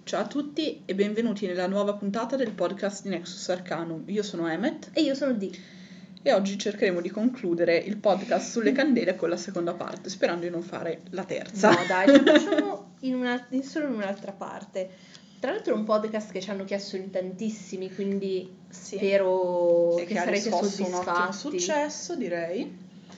Ciao a tutti e benvenuti nella nuova puntata del podcast di Nexus Arcanum. Io sono Emmet E io sono Dee. e oggi cercheremo di concludere il podcast sulle candele con la seconda parte, sperando di non fare la terza. No, dai, ce la facciamo solo in un'altra parte. Tra l'altro è un podcast che ci hanno chiesto in tantissimi, quindi spero E che ha sarete riscosso un ottimo soddisfatti. successo, direi.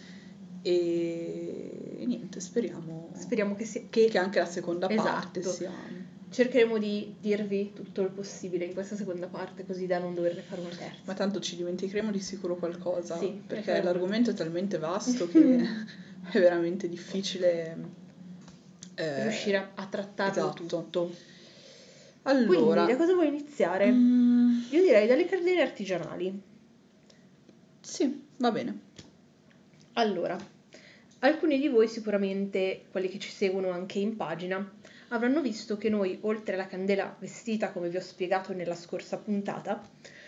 E niente, speriamo che anche la seconda parte Esatto. sia... Cercheremo di dirvi tutto il possibile in questa seconda parte, così da non dover fare una terza. Ma tanto ci dimenticheremo di sicuro qualcosa, Sì, perché l'argomento è talmente vasto che è veramente difficile riuscire a trattarlo esatto. tutto. Allora, Quindi, da cosa vuoi iniziare? Io direi dalle candele artigianali. Sì, va bene. Allora, alcuni di voi sicuramente, quelli che ci seguono anche in pagina, avranno visto che noi, oltre alla candela vestita, come vi ho spiegato nella scorsa puntata,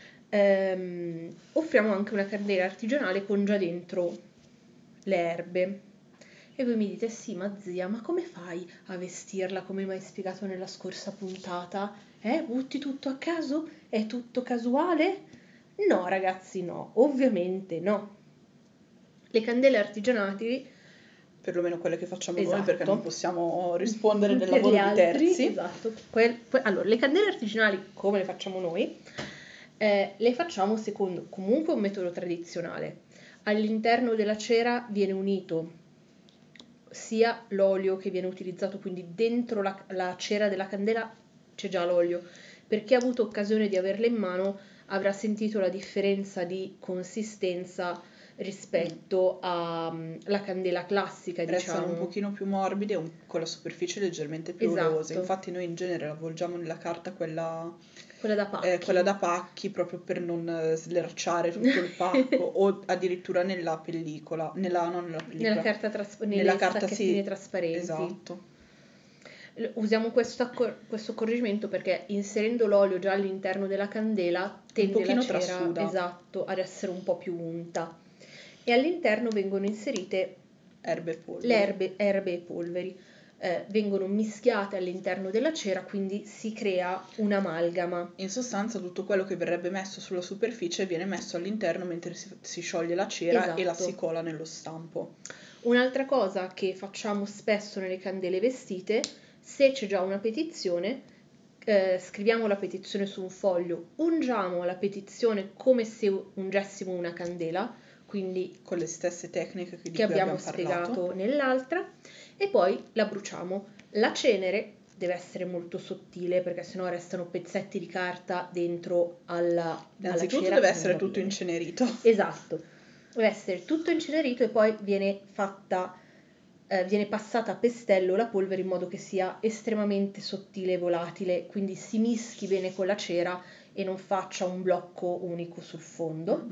offriamo anche una candela artigianale con già dentro le erbe. E voi mi dite, sì, ma zia, ma come fai a vestirla come mi hai spiegato nella scorsa puntata? Butti tutto a caso? È tutto casuale? No, ragazzi, no, ovviamente no. Le candele artigianali, Perlomeno quelle che facciamo noi, esatto, perché non possiamo rispondere del per lavoro gli di altri, terzi. esatto. Allora, le candele artigianali, come le facciamo noi, le facciamo secondo comunque un metodo tradizionale. All'interno della cera viene unito sia l'olio che viene utilizzato, quindi dentro la cera della candela c'è già l'olio. Per chi ha avuto occasione di averla in mano avrà sentito la differenza di consistenza rispetto alla candela classica, Restano diciamo. un pochino più morbide con la superficie leggermente più oleosa. Esatto. Infatti noi in genere avvolgiamo nella carta quella da pacchi. quella da pacchi, proprio per non slerciare tutto il pacco, o addirittura nella pellicola, non nella pellicola, Nella carta nella carta stacchettine trasparenti. Esatto. Usiamo questo accorgimento perché inserendo l'olio già all'interno della candela tende la cera, trasuda. esatto, ad essere un po' più unta. E all'interno vengono inserite Erbe e polveri. le erbe e polveri. Vengono mischiate all'interno della cera, quindi si crea un'amalgama. In sostanza tutto quello che verrebbe messo sulla superficie viene messo all'interno mentre si scioglie la cera e la Esatto. si cola nello stampo. Un'altra cosa che facciamo spesso nelle candele vestite, se c'è già una petizione, scriviamo la petizione su un foglio, ungiamo la petizione come se ungessimo una candela, quindi con le stesse tecniche di cui abbiamo parlato. spiegato nell'altra, e poi la bruciamo. La cenere deve essere molto sottile perché sennò restano pezzetti di carta dentro alla cera. Innanzitutto deve essere tutto incenerito. Esatto, deve essere tutto incenerito e poi viene passata a pestello la polvere in modo che sia estremamente sottile e volatile, quindi si mischi bene con la cera e non faccia un blocco unico sul fondo.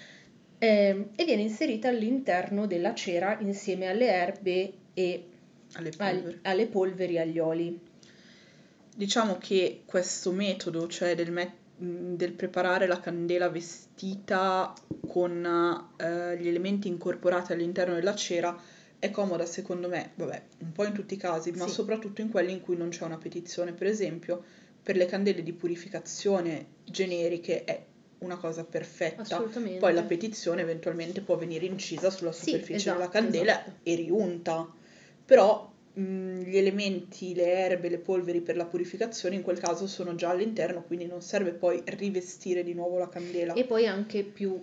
E viene inserita all'interno della cera insieme alle erbe e alle polveri e agli oli. Diciamo che questo metodo, cioè del preparare la candela vestita con gli elementi incorporati all'interno della cera, è comoda secondo me, vabbè, un po' in tutti i casi, ma soprattutto in quelli in cui non c'è una petizione. Per esempio, per le candele di purificazione generiche è una cosa perfetta. Assolutamente. Poi la petizione eventualmente può venire incisa sulla superficie della candela e riunta. Però gli elementi, le erbe, le polveri per la purificazione in quel caso sono già all'interno, quindi non serve poi rivestire di nuovo la candela. E poi è anche più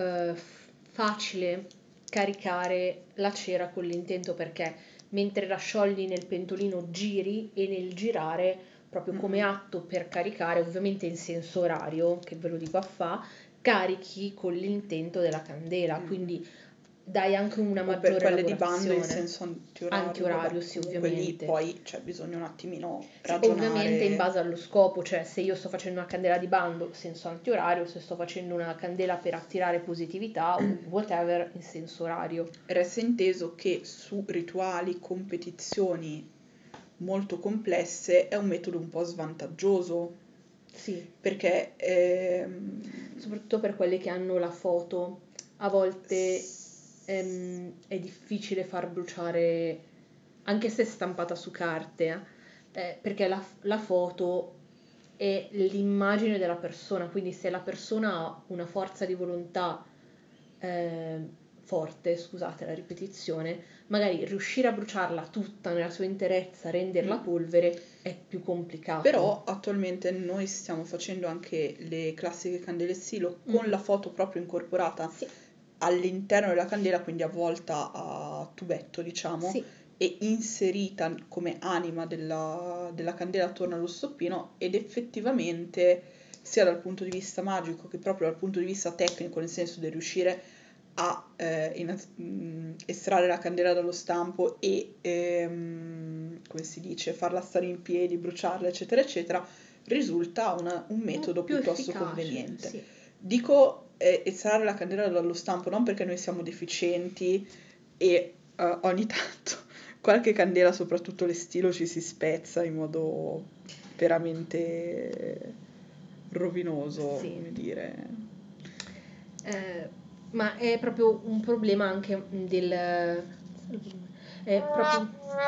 facile caricare la cera con l'intento, perché mentre la sciogli nel pentolino giri, e nel girare proprio come atto per caricare, ovviamente in senso orario, che ve lo dico a fa, carichi con l'intento della candela, quindi dai anche una maggiore per quelle di lavorazione. bando in senso antiorario, sì, comunque ovviamente. lì poi c'è bisogno un attimino ragionare. Ovviamente in base allo scopo, cioè se io sto facendo una candela di bando in senso antiorario, se sto facendo una candela per attirare positività o whatever in senso orario. Resta inteso che su rituali, competizioni molto complesse è un metodo un po' svantaggioso. Sì. Perché soprattutto per quelli che hanno la foto, a volte è difficile far bruciare, anche se stampata su carte, perché la foto è l'immagine della persona, quindi se la persona ha una forza di volontà forte, scusate la ripetizione, magari riuscire a bruciarla tutta nella sua interezza, renderla polvere, è più complicato. Però attualmente noi stiamo facendo anche le classiche candele stilo con la foto proprio incorporata Sì. all'interno della candela, quindi avvolta a tubetto, diciamo, Sì. e inserita come anima della candela attorno allo stoppino, ed effettivamente sia dal punto di vista magico che proprio dal punto di vista tecnico, nel senso di riuscire a estrarre la candela dallo stampo e come si dice, farla stare in piedi, bruciarla, eccetera, eccetera, risulta un metodo più piuttosto efficace, conveniente. sì. Dico estrarre la candela dallo stampo non perché noi siamo deficienti e ogni tanto qualche candela, soprattutto le stilo, ci si spezza in modo veramente rovinoso, Sì. come dire. Ma è proprio un problema anche è proprio...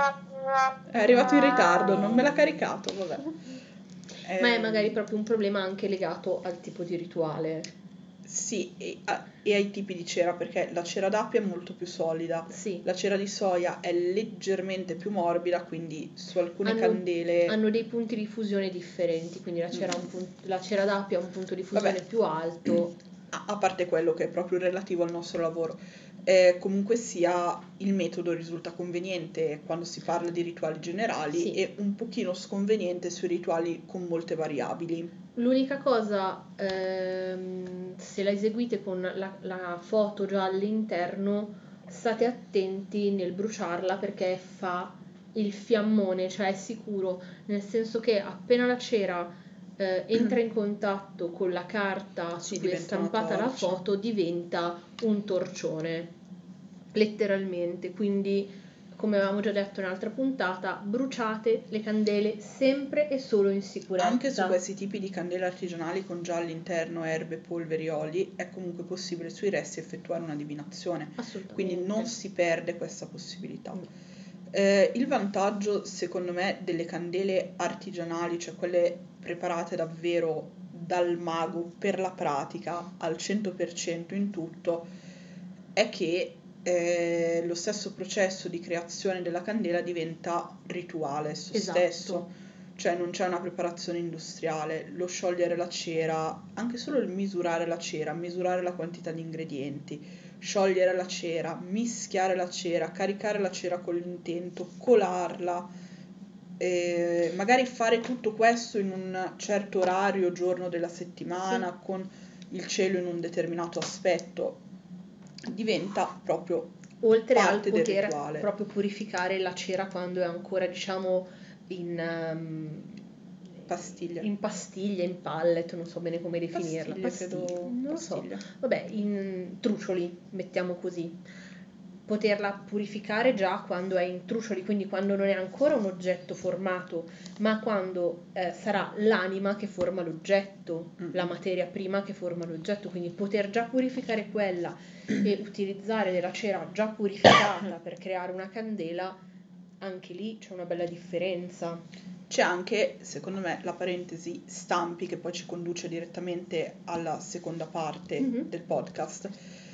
È arrivato in ritardo, non me l'ha caricato, vabbè. Ma è magari proprio un problema anche legato al tipo di rituale. Sì, e ai tipi di cera, perché la cera d'api è molto più solida, Sì. la cera di soia è leggermente più morbida, quindi su alcune candele... Hanno dei punti di fusione differenti, quindi la cera d'api ha un punto di fusione più alto. A parte quello che è proprio relativo al nostro lavoro. Comunque sia, il metodo risulta conveniente quando si parla di rituali generali e un pochino sconveniente sui rituali con molte variabili. L'unica cosa, se la eseguite con la foto già all'interno, state attenti nel bruciarla perché fa il fiammone, cioè è sicuro, nel senso che appena la cera entra in contatto con la carta su cui è diventa una stampata la torcia. foto, diventa un torcione, letteralmente. Quindi, come avevamo già detto in un'altra puntata, bruciate le candele sempre e solo in sicurezza. Anche su questi tipi di candele artigianali con già all'interno erbe, polveri, oli, è comunque possibile sui resti effettuare una divinazione. Assolutamente. Quindi non si perde questa possibilità. Il vantaggio, secondo me, delle candele artigianali, cioè quelle preparate davvero dal mago per la pratica al 100% in tutto, è che lo stesso processo di creazione della candela diventa rituale esso stesso, cioè non c'è una preparazione industriale, lo sciogliere la cera, anche solo il misurare la cera, misurare la quantità di ingredienti, sciogliere la cera, mischiare la cera, caricare la cera con l'intento, colarla, magari fare tutto questo in un certo orario, giorno della settimana, con il cielo in un determinato aspetto, diventa proprio oltre al parte del poter rituale. proprio purificare la cera quando è ancora, diciamo, Pastiglia. in pastiglia, in pallet, non so bene come definirla. Credo Non lo so. Vabbè, in trucioli, mettiamo così. Poterla purificare già quando è in trucioli, quindi quando non è ancora un oggetto formato, ma quando sarà l'anima che forma l'oggetto, la materia prima che forma l'oggetto, quindi poter già purificare quella e utilizzare della cera già purificata per creare una candela, anche lì c'è una bella differenza. C'è anche, secondo me, la parentesi stampi che poi ci conduce direttamente alla seconda parte del podcast.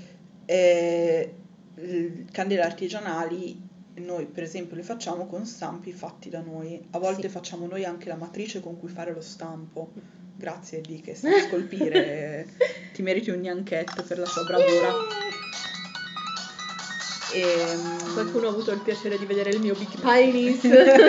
Candele artigianali, noi per esempio le facciamo con stampi fatti da noi. A volte facciamo noi anche la matrice con cui fare lo stampo. Grazie Eddie che sa scolpire, ti meriti un gnanchetto per la tua bravura. Qualcuno ha avuto il piacere di vedere il mio Big Pinis?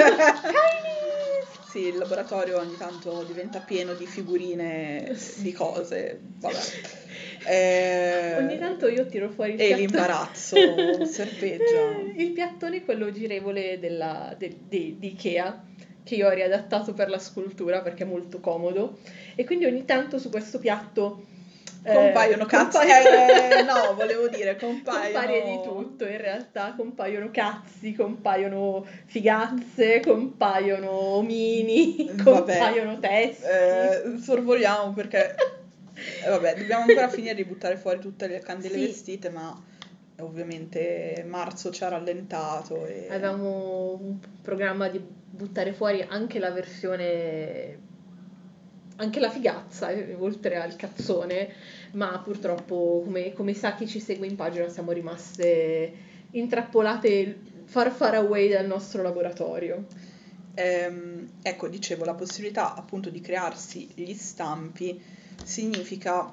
Sì, il laboratorio ogni tanto diventa pieno di figurine, di cose, vabbè. Ogni tanto io tiro fuori il e piattone. l'imbarazzo serpeggia. Il piattone, quello girevole di Ikea, che io ho riadattato per la scultura perché è molto comodo, e quindi ogni tanto su questo piatto compaiono cazzi, no, volevo dire compaiono... compare di tutto, in realtà compaiono cazzi, compaiono figazze, compaiono omini, compaiono testi. Sorvoliamo perché vabbè, dobbiamo ancora finire di buttare fuori tutte le candele vestite, ma ovviamente marzo ci ha rallentato e... Avevamo un programma di buttare fuori anche la versione anche la figazza, oltre al cazzone, ma purtroppo, come sa chi ci segue in pagina, siamo rimaste intrappolate far away dal nostro laboratorio. Ecco, dicevo, la possibilità appunto di crearsi gli stampi significa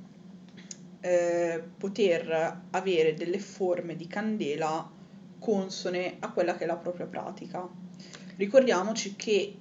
poter avere delle forme di candela consone a quella che è la propria pratica. Ricordiamoci che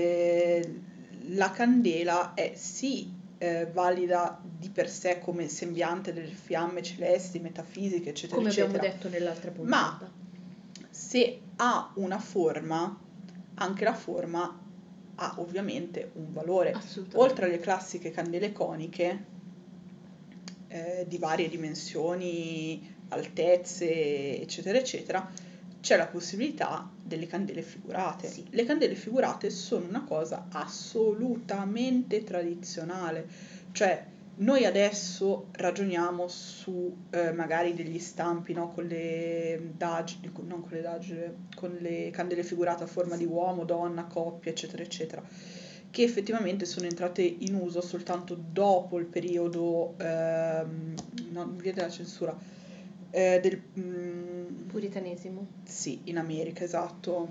la candela è sì valida di per sé come sembiante delle fiamme celesti, metafisiche, eccetera, Come abbiamo eccetera, detto nell'altra ma puntata. se ha una forma, anche la forma ha ovviamente un valore. Assolutamente. Oltre alle classiche candele coniche, di varie dimensioni, altezze, eccetera, eccetera, c'è la possibilità delle candele figurate. Sì. Le candele figurate sono una cosa assolutamente tradizionale, cioè noi adesso ragioniamo su magari degli stampi, no, con le dagine, non con le dagine, con le candele figurate a forma di uomo, donna, coppia, eccetera, eccetera, che effettivamente sono entrate in uso soltanto dopo il periodo, non mi viene della censura, del Puritanesimo. sì, in America, esatto,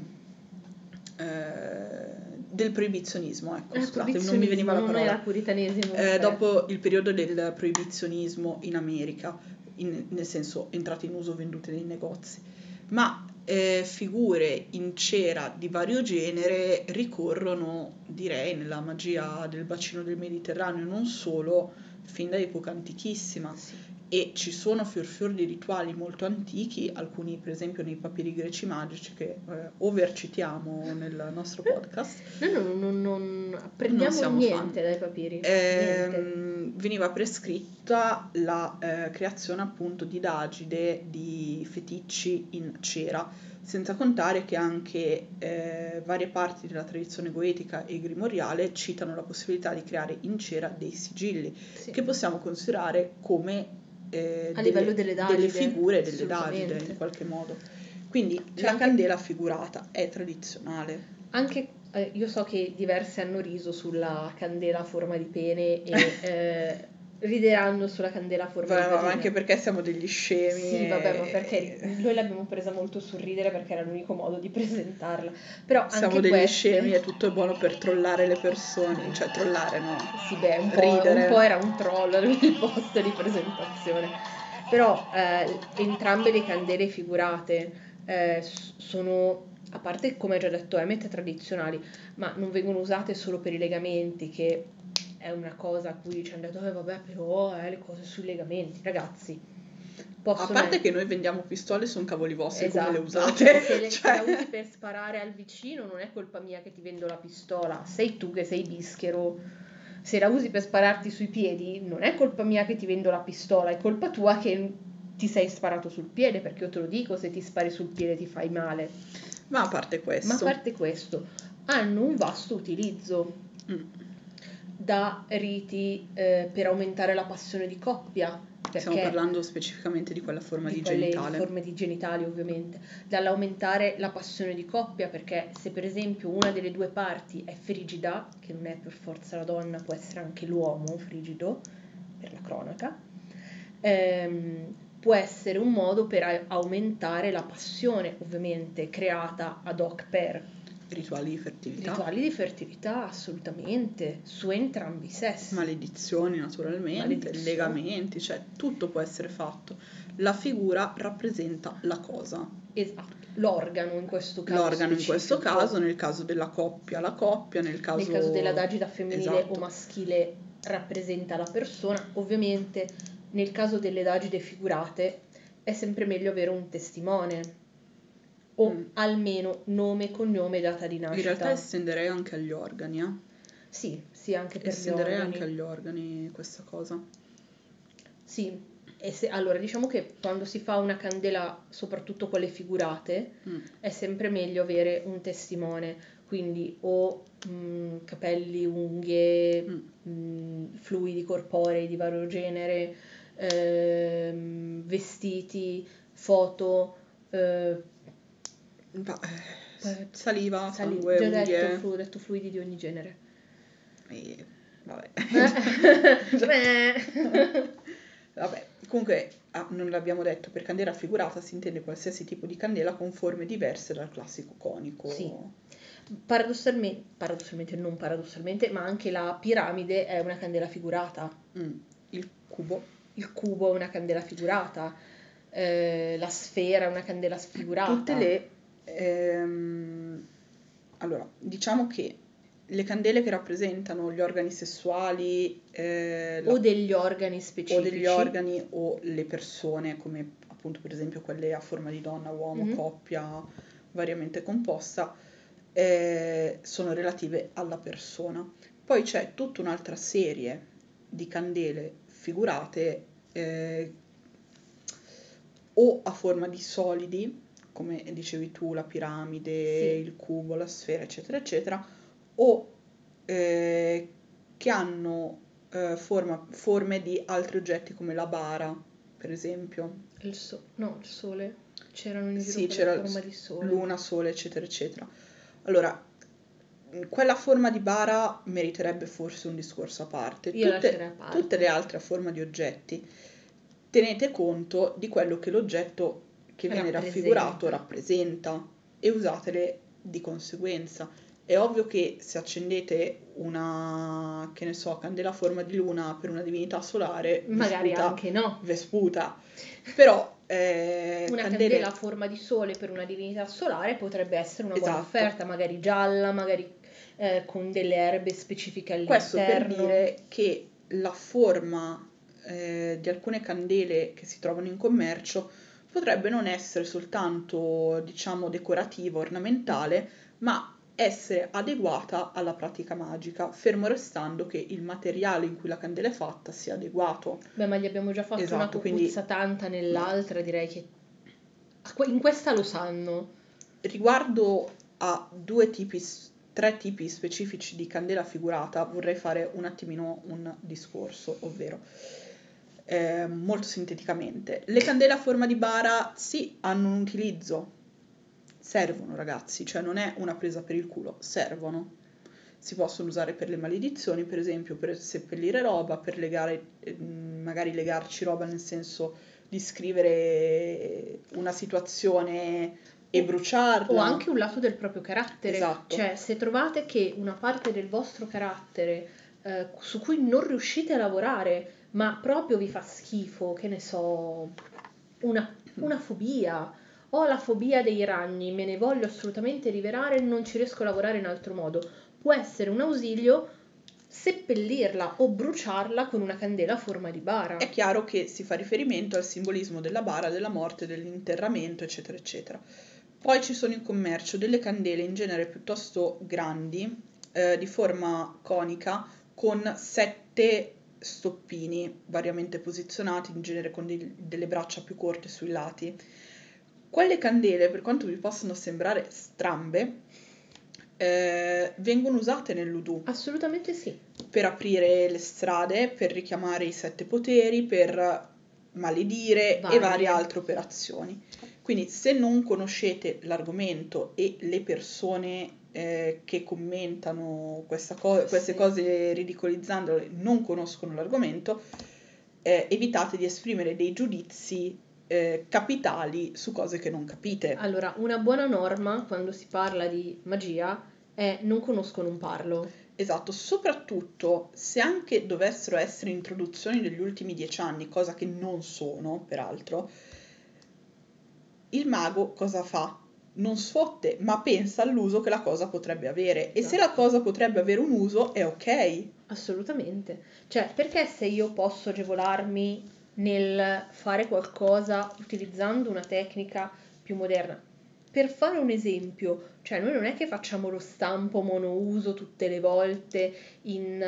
del proibizionismo, ecco, scusate, non mi veniva la non parola. era puritanesimo. Dopo il periodo del proibizionismo in America, nel senso entrate in uso vendute nei negozi, ma figure in cera di vario genere ricorrono, direi, nella magia del bacino del Mediterraneo, non solo, fin da epoca antichissima. Sì. E ci sono fior di rituali molto antichi, alcuni per esempio nei papiri greci magici che overcitiamo nel nostro podcast. Noi non Non apprendiamo siamo niente fan. dai papiri. Niente. Veniva prescritta la creazione appunto di dagide, di feticci in cera, senza contare che anche varie parti della tradizione goetica e grimoriale citano la possibilità di creare in cera dei sigilli, Sì. che possiamo considerare come A livello delle dagide, figure delle assolutamente. dagide in qualche modo. Quindi C'è la anche- candela figurata è tradizionale. Anche io so che diverse hanno riso sulla candela a forma di pene e rideranno sulla candela a forma di vagina. Anche perché siamo degli scemi. Sì, vabbè, ma perché noi l'abbiamo presa molto sul ridere perché era l'unico modo di presentarla. Però Siamo anche degli queste... scemi e tutto è buono per trollare le persone, cioè trollare no. Sì, beh, un Ridere. po' era un troll il post di presentazione. Però entrambe le candele figurate sono, a parte come hai già detto, Emmet tradizionali, ma non vengono usate solo per i legamenti, che è una cosa a cui ci hanno detto, vabbè, però le cose sui legamenti, ragazzi. A parte che noi vendiamo pistole, sono cavoli vostri come le Esatto, usate. se la Cioè, usi per sparare al vicino non è colpa mia che ti vendo la pistola, sei tu che sei bischero. Se la usi per spararti sui piedi non è colpa mia che ti vendo la pistola, è colpa tua che ti sei sparato sul piede, perché io te lo dico, se ti spari sul piede ti fai male. ma a parte Ma a questo, parte questo, hanno un vasto utilizzo da riti per aumentare la passione di coppia. stiamo Perché parlando specificamente di quella forma di quelle genitale. forme di genitali ovviamente, dall'aumentare la passione di coppia, perché se per esempio una delle due parti è frigida, che non è per forza la donna, può essere anche l'uomo frigido, per la cronaca, può essere un modo per aumentare la passione ovviamente creata ad hoc per Rituali di fertilità. rituali di fertilità, assolutamente, su entrambi i sessi. Maledizioni naturalmente, legamenti, cioè tutto può essere fatto. La figura rappresenta la cosa. Esatto, l'organo in questo caso L'organo in questo specifico. caso, nel caso della coppia, la coppia, nel caso della dagida femminile esatto. o maschile rappresenta la persona. Ovviamente nel caso delle dagide figurate è sempre meglio avere un testimone o almeno nome, cognome, data di nascita. In realtà estenderei anche agli organi, Sì, anche per estenderei gli organi. anche agli organi questa cosa. Sì, allora diciamo che quando si fa una candela, soprattutto quelle figurate, è sempre meglio avere un testimone, quindi o capelli, unghie, fluidi corporei di vario genere, vestiti, foto, Saliva, sangue, già unghie. ho detto fluidi di ogni genere. Vabbè. Beh. Vabbè, comunque non l'abbiamo detto, per candela figurata si intende qualsiasi tipo di candela con forme diverse dal classico conico. Sì. Paradossalmente, non paradossalmente, ma anche la piramide è una candela figurata. Il cubo. Il cubo è una candela figurata. La sfera è una candela sfigurata. Tutte le... allora, diciamo che le candele che rappresentano gli organi sessuali o degli organi specifici. o degli organi o le persone, come appunto per esempio quelle a forma di donna, uomo, coppia, variamente composta, sono relative alla persona. Poi c'è tutta un'altra serie di candele figurate o a forma di solidi, come dicevi tu, la piramide, Sì. il cubo, la sfera, eccetera, eccetera, o che hanno forme di altri oggetti come la bara, per esempio. Il sole. C'erano in giro Sì, quella c'era forma di sole. luna, sole, eccetera, eccetera. Allora, quella forma di bara meriterebbe forse un discorso a parte. Io lascerei a parte. Tutte le altre a forma di oggetti, tenete conto di quello che l'oggetto che viene raffigurato rappresenta e usatele di conseguenza. È ovvio che se accendete una, che ne so, candela a forma di luna per una divinità solare, magari anche no. Vesputa. Però una candela a forma di sole per una divinità solare potrebbe essere una buona offerta, magari gialla, magari con delle erbe specifiche all'interno. Questo per dire che la forma di alcune candele che si trovano in commercio potrebbe non essere soltanto, diciamo, decorativa, ornamentale, ma essere adeguata alla pratica magica, fermo restando che il materiale in cui la candela è fatta sia adeguato. Beh, ma gli abbiamo già fatto una quindi cupuzza tanta nell'altra, direi che in questa lo sanno. Riguardo a tre tipi specifici di candela figurata, vorrei fare un attimino un discorso, ovvero molto sinteticamente. Le candele a forma di bara sì, hanno un utilizzo, servono ragazzi, cioè non è una presa per il culo, servono. Si possono usare per le maledizioni, per esempio, per seppellire roba, per legare, magari legarci roba nel senso di scrivere una situazione e bruciarla. O anche un lato del proprio carattere. Esatto. Cioè, se trovate che una parte del vostro carattere su cui non riuscite a lavorare, ma proprio vi fa schifo, che ne so, una fobia. Ho la fobia dei ragni, me ne voglio assolutamente liberare, non ci riesco a lavorare in altro modo. Può essere un ausilio seppellirla o bruciarla con una candela a forma di bara. È chiaro che si fa riferimento al simbolismo della bara, della morte, dell'interramento, eccetera, eccetera. Poi ci sono in commercio delle candele in genere piuttosto grandi, di forma conica, con 7 stoppini variamente posizionati, in genere con delle braccia più corte sui lati. Quelle candele, per quanto vi possano sembrare strambe, vengono usate nell'udu. Assolutamente sì. Per aprire le strade, per richiamare i 7 poteri, per maledire e varie altre operazioni. Quindi se non conoscete l'argomento e le persone che commentano queste cose ridicolizzandole non conoscono l'argomento, evitate di esprimere dei giudizi capitali su cose che non capite. Allora, una buona norma quando si parla di magia è non conosco, non parlo. Esatto, soprattutto se anche dovessero essere introduzioni degli ultimi 10 anni, cosa che non sono, peraltro, il mago cosa fa? Non sfotte, ma pensa all'uso che la cosa potrebbe avere. E se la cosa potrebbe avere un uso, è ok. Assolutamente. Cioè, perché se io posso agevolarmi nel fare qualcosa utilizzando una tecnica più moderna? Per fare un esempio, cioè noi non è che facciamo lo stampo monouso tutte le volte in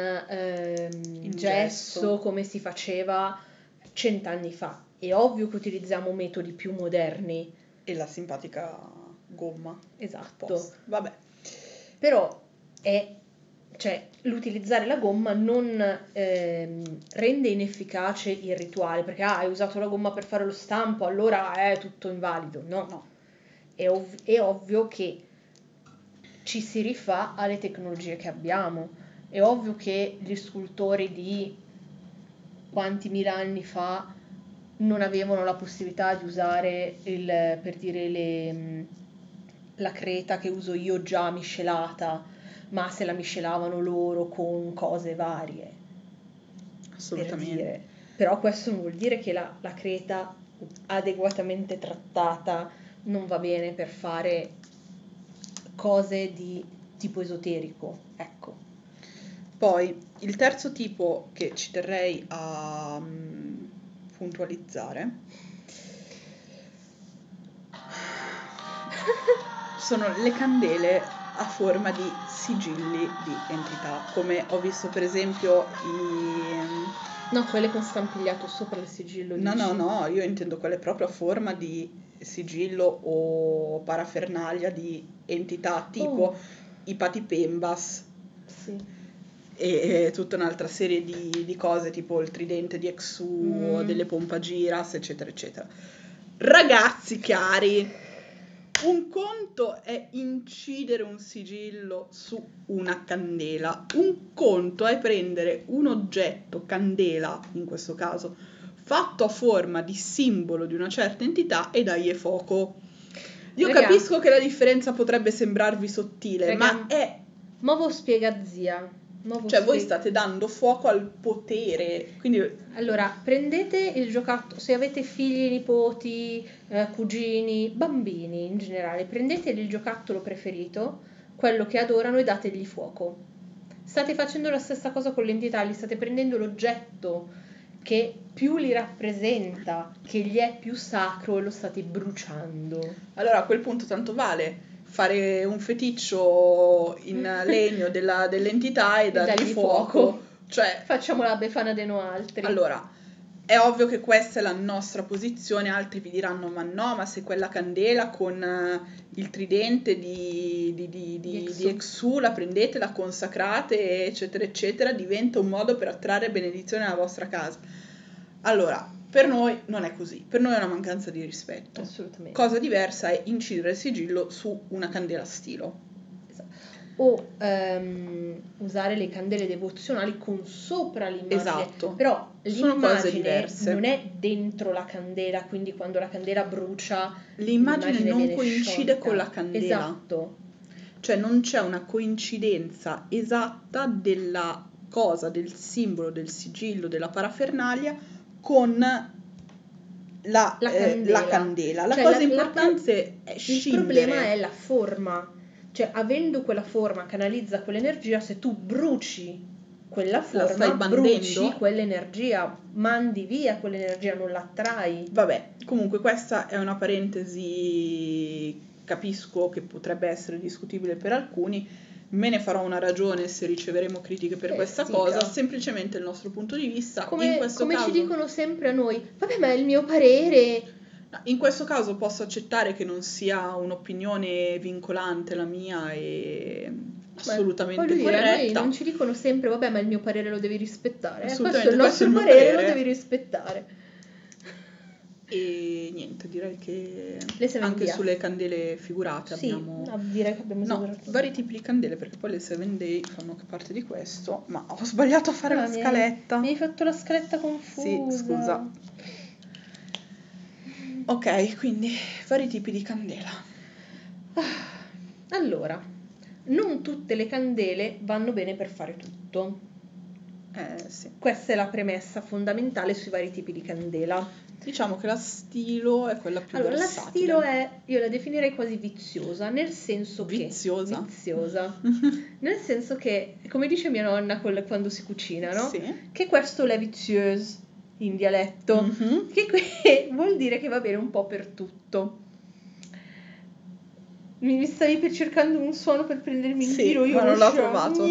gesso come si faceva 100 anni fa. È ovvio che utilizziamo metodi più moderni. E la simpatica gomma. Esatto. Vabbè. Però cioè, l'utilizzare la gomma non rende inefficace il rituale, perché hai usato la gomma per fare lo stampo, allora è tutto invalido. No. È ovvio che ci si rifà alle tecnologie che abbiamo. È ovvio che gli scultori di quanti mila anni fa non avevano la possibilità di usare per dire la creta che uso io già miscelata, ma se la miscelavano loro con cose varie, per Assolutamente. dire. Però questo non vuol dire che la creta adeguatamente trattata non va bene per fare cose di tipo esoterico, ecco. Poi il terzo tipo che ci terrei a puntualizzare sono le candele a forma di sigilli di entità, come ho visto per esempio No, quelle con stampigliato sopra il sigillo. No, io intendo quelle proprio a forma di sigillo o parafernalia di entità, tipo i patipembas. Sì. E tutta un'altra serie di cose, tipo il tridente di Exu, o delle pompagiras, eccetera, eccetera. Ragazzi cari, un conto è incidere un sigillo su una candela, un conto è prendere un oggetto, candela in questo caso, fatto a forma di simbolo di una certa entità e dargli fuoco. Io capisco che la differenza potrebbe sembrarvi sottile, ma è... Ma voi spiega, zia. Cioè voi state dando fuoco al potere, quindi... Allora, prendete il giocattolo, se avete figli, nipoti, cugini, bambini in generale, prendete il giocattolo preferito, quello che adorano, e dategli fuoco. State facendo la stessa cosa con l'entità, gli state prendendo l'oggetto che più li rappresenta, che gli è più sacro, e lo state bruciando. Allora a quel punto tanto vale fare un feticcio in legno dell'entità e dargli fuoco. Cioè, facciamo la befana dei no altri. Allora, è ovvio che questa è la nostra posizione, altri vi diranno ma no, ma se quella candela con il tridente di Exu la prendete, la consacrate, eccetera, eccetera, diventa un modo per attrarre benedizione alla vostra casa. Allora, per noi non è così, per noi è una mancanza di rispetto. Assolutamente. Cosa diversa è incidere il sigillo su una candela stilo. O usare le candele devozionali con sopra l'immagine. Esatto. Però Sono cose l'immagine diverse. non è dentro la candela, quindi quando la candela brucia l'immagine non viene coincide sciolta. con la candela. Esatto. Cioè non c'è una coincidenza esatta della cosa, del simbolo, del sigillo, della parafernalia con la candela. La Cioè, cosa importante è il scindere. problema è la forma. Cioè, avendo quella forma, canalizza quell'energia, se tu bruci quella forma, bruci quell'energia, mandi via quell'energia, non la attrai. Vabbè, comunque questa è una parentesi, capisco che potrebbe essere discutibile per alcuni, me ne farò una ragione se riceveremo critiche per questa cosa, semplicemente il nostro punto di vista. Come ci dicono sempre a noi, vabbè, ma è il mio parere. In questo caso posso accettare che non sia un'opinione vincolante la mia e assolutamente corretta. Noi non ci dicono sempre, vabbè, ma il mio parere lo devi rispettare. Assolutamente, questo è il nostro parere, lo devi rispettare. E niente, direi che anche sulle candele figurate abbiamo... direi che abbiamo esagerato. Vari tipi di candele, perché poi le 7 Day fanno parte di questo, ma ho sbagliato a fare la scaletta. Mi hai fatto la scaletta confusa. Sì, scusa. Ok, quindi vari tipi di candela. Allora, non tutte le candele vanno bene per fare tutto. Sì. Questa è la premessa fondamentale sui vari tipi di candela. Diciamo che la stilo è quella più versatile. La stilo io la definirei quasi viziosa, nel senso viziosa. Nel senso che, come dice mia nonna quando si cucina, no? Sì. Che questo è vicieuse in dialetto, che vuol dire che va bene un po' per tutto. Mi stavi per cercando un suono per prendermi in giro, io ma non l'ho trovato.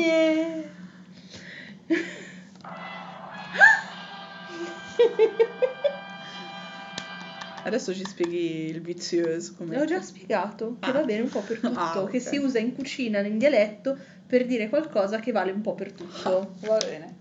Adesso ci spieghi il vizioso. L'ho già spiegato, che va bene un po' per tutto, che si usa in cucina, in dialetto, per dire qualcosa che vale un po' per tutto. Va bene.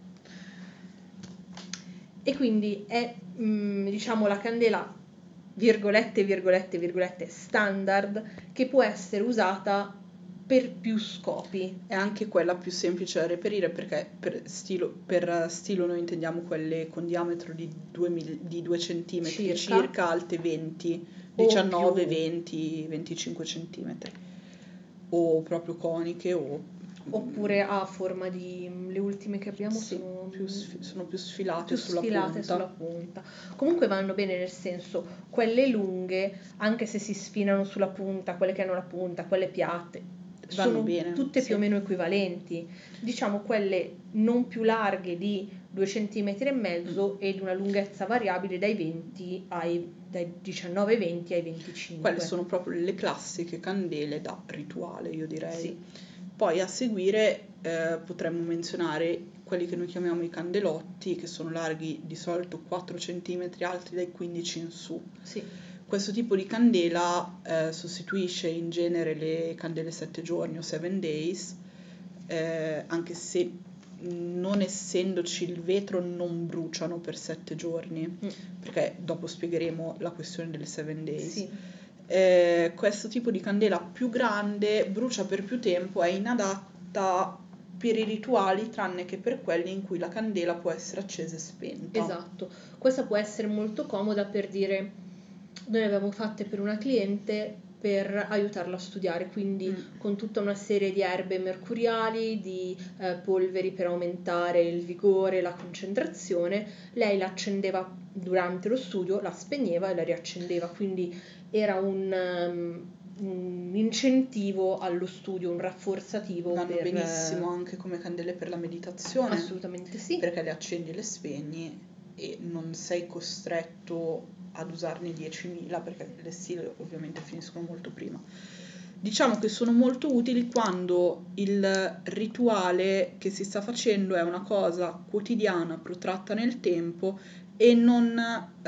E quindi è, diciamo, la candela, virgolette, standard, che può essere usata per più scopi. È anche quella più semplice da reperire perché per stilo noi intendiamo quelle con diametro di 2 centimetri circa, alte 20, O 19, più. 20, 25 centimetri. O proprio coniche o... Oppure a forma di... le ultime che abbiamo Sì, sono più sfilate sulla sulla punta. Comunque vanno bene, nel senso, quelle lunghe, anche se si sfinano sulla punta, quelle che hanno la punta, quelle piatte, vanno sono bene, tutte sì. più o meno equivalenti. Diciamo quelle non più larghe di 2 cm e mezzo e di una lunghezza variabile dai 19-20 ai 25. Quelle sono proprio le classiche candele da rituale, io direi. Sì. Poi a seguire potremmo menzionare quelli che noi chiamiamo i candelotti, che sono larghi di solito 4 cm, alti dai 15 in su. Sì. Questo tipo di candela sostituisce in genere le candele 7 giorni o 7 days, anche se non essendoci il vetro non bruciano per 7 giorni, perché dopo spiegheremo la questione delle 7 days. Sì. Questo tipo di candela più grande brucia per più tempo, è inadatta per i rituali tranne che per quelli in cui la candela può essere accesa e spenta. Esatto, questa può essere molto comoda, per dire, noi le abbiamo fatte per una cliente per aiutarla a studiare, quindi con tutta una serie di erbe mercuriali, di polveri per aumentare il vigore, la concentrazione. Lei la accendeva durante lo studio, la spegneva e la riaccendeva, quindi era un incentivo allo studio, un rafforzativo. Vanno benissimo anche come candele per la meditazione. Assolutamente sì. Perché le accendi e le spegni e non sei costretto ad usarne 10.000 perché le stile ovviamente finiscono molto prima. Diciamo che sono molto utili quando il rituale che si sta facendo è una cosa quotidiana, protratta nel tempo e non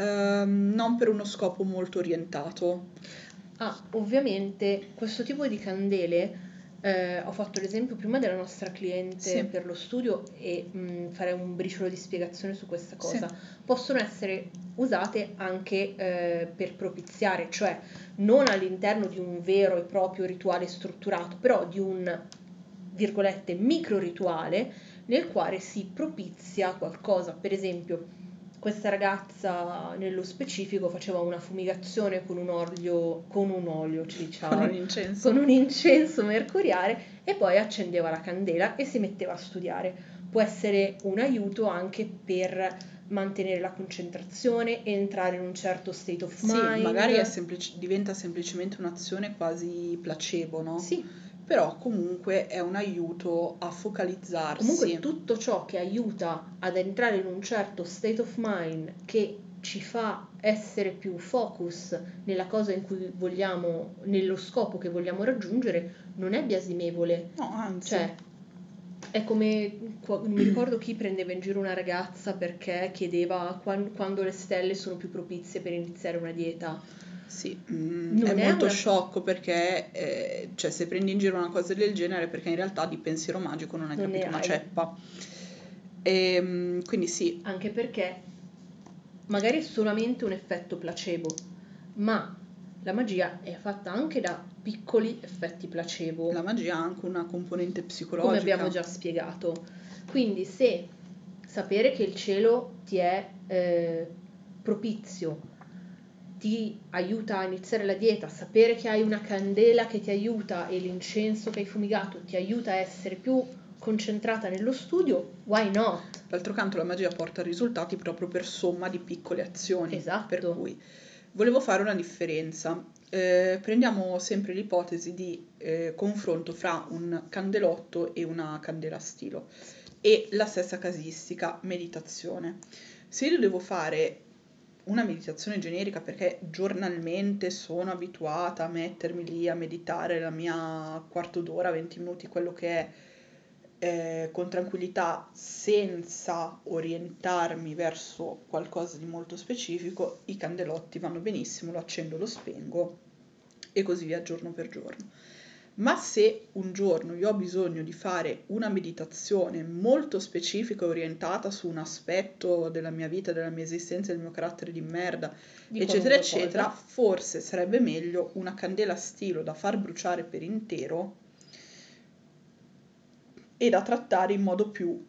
per uno scopo molto orientato. Ovviamente questo tipo di candele, ho fatto l'esempio prima della nostra cliente Sì. per lo studio e farei un briciolo di spiegazione su questa cosa. Sì. Possono essere usate anche per propiziare, cioè non all'interno di un vero e proprio rituale strutturato, però di un, virgolette, micro rituale nel quale si propizia qualcosa. Per esempio, questa ragazza nello specifico faceva una fumigazione con un olio, Con un incenso. con un incenso mercuriale, e poi accendeva la candela e si metteva a studiare. Può essere un aiuto anche per mantenere la concentrazione, entrare in un certo state of mind. Sì, magari diventa semplicemente un'azione quasi placebo, no? Sì. Però comunque è un aiuto a focalizzarsi. Comunque tutto ciò che aiuta ad entrare in un certo state of mind, che ci fa essere più focus nella cosa in cui vogliamo, nello scopo che vogliamo raggiungere, non è biasimevole. No, anzi. Cioè, è come, mi ricordo chi prendeva in giro una ragazza perché chiedeva quando le stelle sono più propizie per iniziare una dieta. Sì, Non è è molto una- sciocco perché, cioè, se prendi in giro una cosa del genere, perché in realtà di pensiero magico non hai Non ne capito una hai. ceppa. Quindi sì, Anche perché magari è solamente un effetto placebo, ma la magia è fatta anche da piccoli effetti placebo, la magia ha anche una componente psicologica. come abbiamo già spiegato. Quindi se sapere che il cielo ti è propizio ti aiuta a iniziare la dieta, sapere che hai una candela che ti aiuta e l'incenso che hai fumigato ti aiuta a essere più concentrata nello studio, why not? D'altro canto la magia porta risultati proprio per somma di piccole azioni. Esatto. Per cui volevo fare una differenza. Prendiamo sempre l'ipotesi di confronto fra un candelotto e una candela a stilo e la stessa casistica, meditazione. Se io devo fare una meditazione generica perché giornalmente sono abituata a mettermi lì a meditare la mia quarto d'ora, 20 minuti, quello che è, con tranquillità, senza orientarmi verso qualcosa di molto specifico, i candelotti vanno benissimo, lo accendo, lo spengo e così via giorno per giorno. Ma se un giorno io ho bisogno di fare una meditazione molto specifica e orientata su un aspetto della mia vita, della mia esistenza, del mio carattere di merda, eccetera, eccetera, forse sarebbe meglio una candela a stilo da far bruciare per intero e da trattare in modo più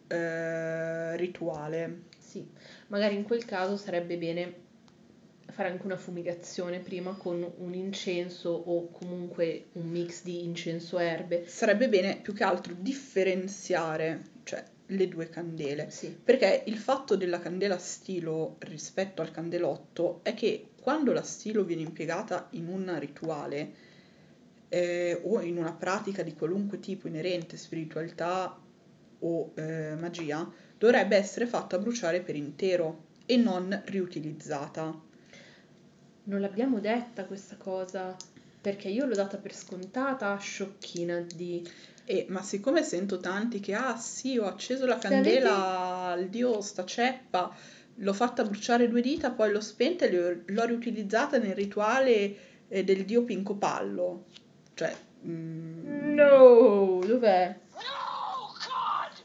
rituale. Sì, magari in quel caso sarebbe bene fare anche una fumigazione prima con un incenso o comunque un mix di incenso e erbe. Sarebbe bene più che altro differenziare, cioè, le due candele. Sì. Perché il fatto della candela a stilo rispetto al candelotto è che quando la stilo viene impiegata in un rituale o in una pratica di qualunque tipo inerente spiritualità o magia, dovrebbe essere fatta bruciare per intero e non riutilizzata. Non l'abbiamo detta questa cosa, perché io l'ho data per scontata, sciocchina di... Ma siccome sento tanti che, sì, ho acceso la Se candela al dio sta ceppa, l'ho fatta bruciare 2 dita, poi l'ho spenta e l'ho riutilizzata nel rituale del dio Pinco Pallo. Cioè, No, dov'è? No, God!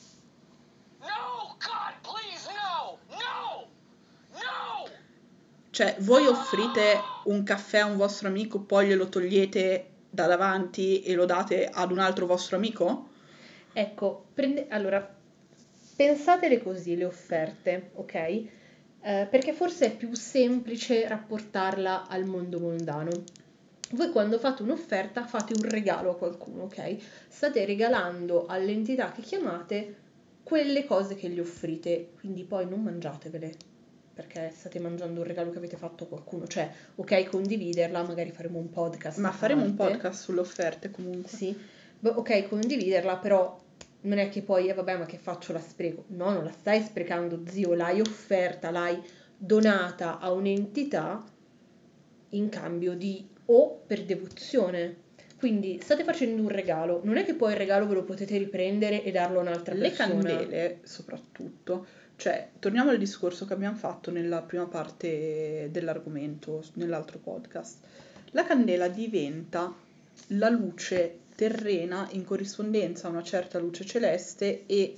No, God, please, no! No! No! cioè, voi offrite un caffè a un vostro amico, poi glielo togliete da davanti e lo date ad un altro vostro amico? Ecco, allora, pensatele così le offerte, ok? Perché forse è più semplice rapportarla al mondo mondano. Voi quando fate un'offerta fate un regalo a qualcuno, ok? State regalando all'entità che chiamate quelle cose che gli offrite, quindi poi non mangiatevele, perché state mangiando un regalo che avete fatto a qualcuno. Cioè, ok, condividerla, magari faremo un podcast Ma a faremo un parte. podcast sulle offerte comunque. Sì, ok, condividerla, però non è che poi, vabbè, ma che faccio, la spreco? No, non la stai sprecando, zio, l'hai offerta, l'hai donata a un'entità in cambio di o per devozione. Quindi state facendo un regalo, non è che poi il regalo ve lo potete riprendere e darlo a un'altra Le persona. candele, soprattutto, cioè, torniamo al discorso che abbiamo fatto nella prima parte dell'argomento, nell'altro podcast. La candela diventa la luce terrena in corrispondenza a una certa luce celeste e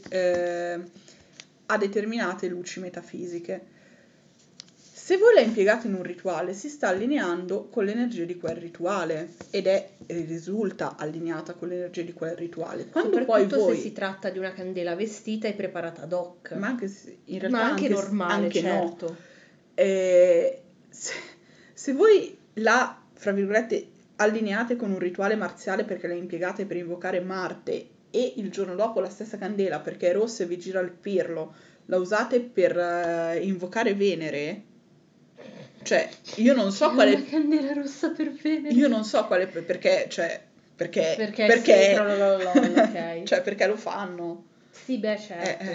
a determinate luci metafisiche. Se voi la impiegate in un rituale, si sta allineando con l'energia di quel rituale ed risulta allineata con l'energia di quel rituale. Quando poi Soprattutto voi, se si tratta di una candela vestita e preparata ad hoc. ma anche in realtà Ma anche normale, anche certo. no. Se voi la, fra virgolette, allineate con un rituale marziale perché la impiegate per invocare Marte e il giorno dopo la stessa candela perché è rossa e vi gira il pirlo, la usate per invocare Venere, cioè io non so quale... Una candela rossa per Venere. Io non so quale... perché, cioè... Perché sì, ok. cioè, perché lo fanno? Sì, beh, certo.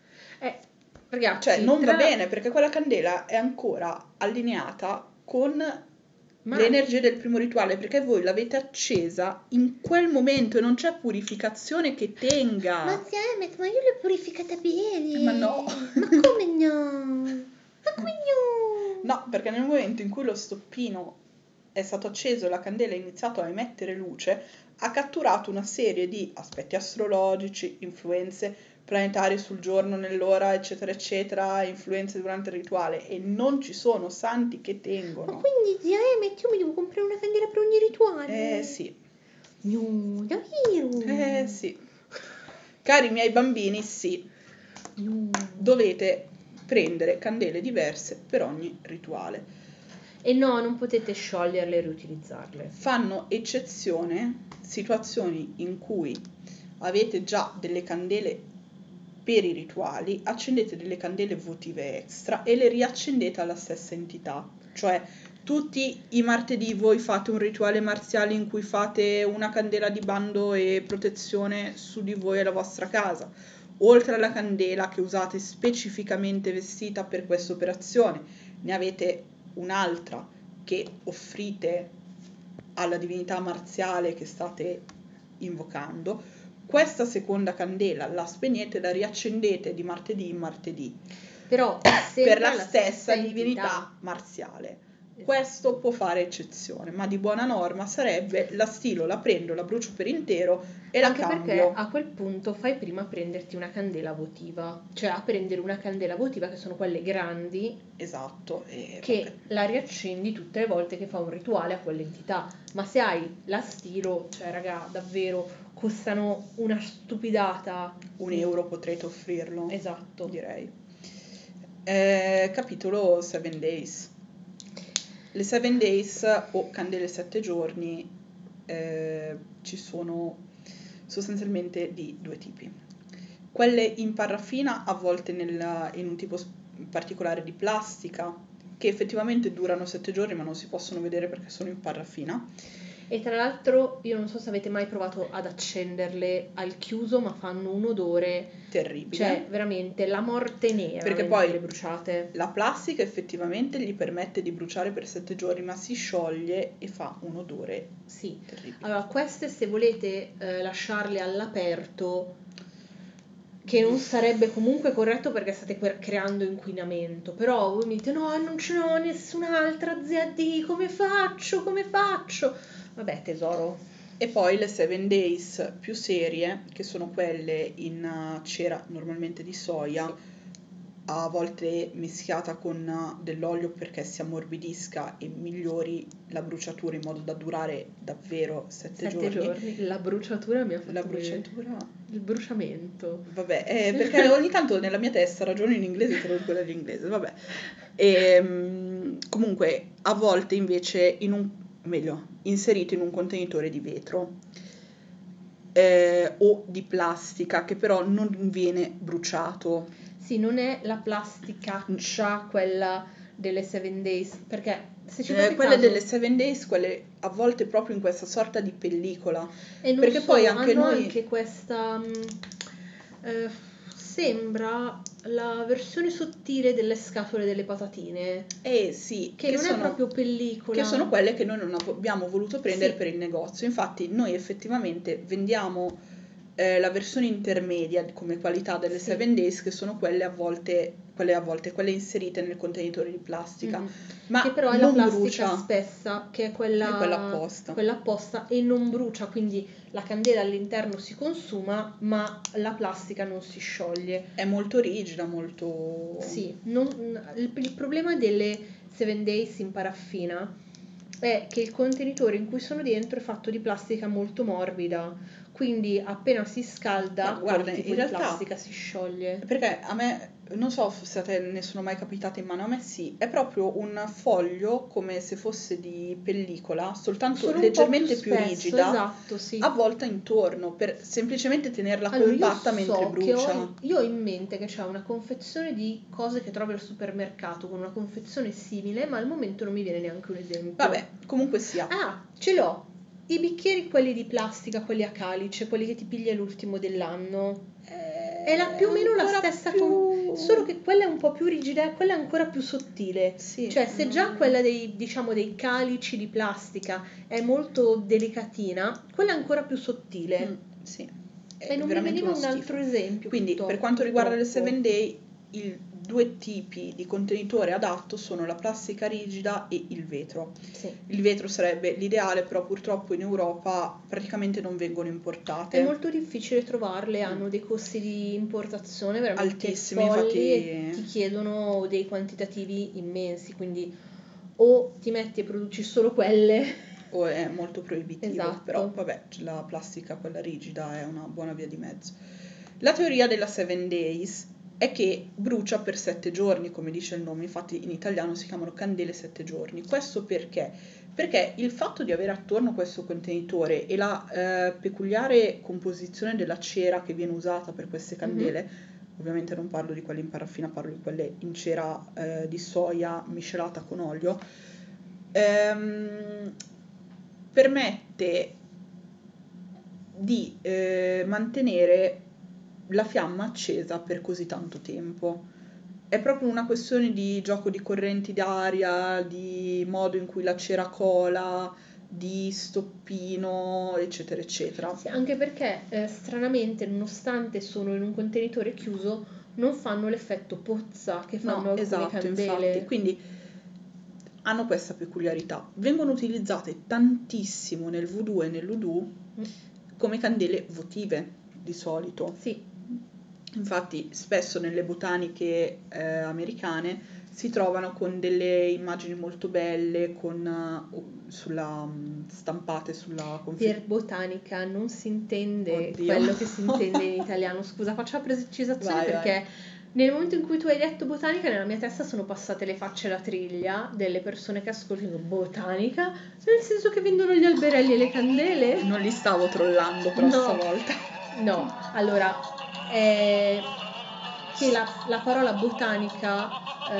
Ragazzi, Cioè, non va bene, perché quella candela è ancora allineata con le energie del primo rituale, perché voi l'avete accesa in quel momento e non c'è purificazione che tenga. Ma zia Emmet, ma io l'ho purificata bene. Ma no. Ma come no? Ma come no? No, perché nel momento in cui lo stoppino è stato acceso e la candela ha iniziato a emettere luce, ha catturato una serie di aspetti astrologici, influenze planetarie sul giorno, nell'ora, eccetera, eccetera, influenze durante il rituale e non ci sono santi che tengono. Ma quindi zia Emmet, io mi devo comprare una candela per ogni rituale? Sì. No, davvero? Sì. Cari miei bambini, sì. No. Dovete prendere candele diverse per ogni rituale. E no, non potete scioglierle e riutilizzarle. Fanno eccezione situazioni in cui avete già delle candele per i rituali, accendete delle candele votive extra e le riaccendete alla stessa entità. Cioè, tutti i martedì voi fate un rituale marziale in cui fate una candela di bando e protezione su di voi e la vostra casa. Oltre alla candela che usate specificamente vestita per questa operazione, ne avete un'altra che offrite alla divinità marziale che state invocando. Questa seconda candela la spegnete e la riaccendete di martedì in martedì. Però per la stessa divinità marziale. Questo può fare eccezione, ma di buona norma sarebbe la stilo, la prendo, la brucio per intero e la Anche perché cambio. a quel punto fai prima a prenderti una candela votiva, cioè a prendere una candela votiva che sono quelle grandi Esatto. E che vabbè. la riaccendi tutte le volte che fa un rituale a quell'entità. Ma se hai la stilo, cioè raga, davvero costano una stupidata. €1 potrete offrirlo, Esatto. direi. Capitolo 7 Days. Le 7 Days o candele 7 giorni ci sono sostanzialmente di due tipi. Quelle in paraffina avvolte in un tipo particolare di plastica, che effettivamente durano 7 giorni ma non si possono vedere perché sono in paraffina. E tra l'altro io non so se avete mai provato ad accenderle al chiuso, ma fanno un odore, Terribile. cioè veramente la morte nera Perché mentre poi le bruciate. la plastica effettivamente gli permette di bruciare per 7 giorni, ma si scioglie e fa un odore Sì. terribile. Allora, queste se volete lasciarle all'aperto, che non sarebbe comunque corretto perché state creando inquinamento, però voi mi dite no, non ce n'ho nessun'altra ZD, come faccio? Vabbè tesoro. E poi le 7 Days più serie, che sono quelle in cera normalmente di soia, a volte mischiata con dell'olio perché si ammorbidisca e migliori la bruciatura in modo da durare davvero 7 giorni. La bruciatura mi ha fatto La venire- bruciatura... il bruciamento. Vabbè, perché ogni tanto nella mia testa ragiono in inglese e traduco dall'inglese, vabbè. Comunque, a volte invece inserito in un contenitore di vetro o di plastica che però non viene bruciato. Sì, non è la plasticaccia quella delle 7 Days, perché se ci fate Quelle caso, delle 7 Days, quelle avvolte proprio in questa sorta di pellicola. e non Perché solo, poi anche hanno noi... anche questa sembra la versione sottile delle scatole delle patatine, sì, che non è proprio pellicola. che sono quelle che noi non abbiamo voluto prendere Sì. per il negozio. Infatti noi effettivamente vendiamo la versione intermedia come qualità delle Sì. 7 Days, che sono quelle quelle inserite nel contenitore di plastica. Mhm. Ma Che però è la non plastica brucia. spessa, che è È quella quella apposta. apposta e non brucia, quindi la candela all'interno si consuma, ma la plastica non si scioglie. È molto rigida, molto... Sì, il problema delle 7 Days in paraffina è che il contenitore in cui sono dentro è fatto di plastica molto morbida, quindi appena si scalda Ma guarda, quel tipo in di realtà- plastica si scioglie. Perché a me, non so se a te ne sono mai capitate in mano, a me sì, è proprio un foglio come se fosse di pellicola, soltanto Sono un po' leggermente più più spesso, rigida, esatto, sì. avvolta intorno per semplicemente tenerla Allora, io compatta mentre so che brucia. io ho in mente che c'è una confezione di cose che trovi al supermercato con una confezione simile, ma al momento non mi viene neanche un esempio. Vabbè, comunque sia. Ah, ce l'ho! I bicchieri quelli di plastica, quelli a calice, quelli che ti piglia l'ultimo dell'anno. È più o meno la ancora stessa più- solo che quella è un po' più rigida e quella è ancora più sottile. Sì, Cioè, se già non- quella dei calici di plastica è molto delicatina, quella è ancora più sottile. sì, è E non mi veramente veniva uno un altro schifo. esempio. Quindi, per purtroppo. quanto riguarda le 7 Day, i due tipi di contenitore adatto sono la plastica rigida e il vetro. Sì. Il vetro sarebbe l'ideale, però purtroppo in Europa praticamente non vengono importate. È molto difficile trovarle, hanno dei costi di importazione veramente Altissimi, folli infatti- e ti chiedono dei quantitativi immensi, quindi o ti metti e produci solo quelle. O è molto proibitivo, Esatto. però vabbè, la plastica, quella rigida, è una buona via di mezzo. La teoria della 7 Days è che brucia per 7 giorni, come dice il nome, infatti in italiano si chiamano candele 7 giorni. Questo perché? Perché il fatto di avere attorno questo contenitore e la peculiare composizione della cera che viene usata per queste candele, ovviamente non parlo di quelle in paraffina, parlo di quelle in cera di soia miscelata con olio, permette di mantenere la fiamma accesa per così tanto tempo. È proprio una questione di gioco di correnti d'aria, di modo in cui la cera cola, di stoppino, eccetera, eccetera. Sì, anche perché stranamente, nonostante sono in un contenitore chiuso, non fanno l'effetto pozza che fanno No, alcune esatto, candele. infatti. Quindi hanno questa peculiarità. Vengono utilizzate tantissimo nel voodoo e nell'udu come candele votive di solito. Sì, Infatti, spesso nelle botaniche americane si trovano con delle immagini molto belle, stampate sulla per botanica non si intende Oddio. quello che si intende in italiano. Scusa, faccio la precisazione Vai, perché nel momento in cui tu hai detto botanica, nella mia testa sono passate le facce alla triglia delle persone che ascoltano botanica, nel senso che vendono gli alberelli e le candele. Non li stavo trollando però No. stavolta. No, allora, che la parola botanica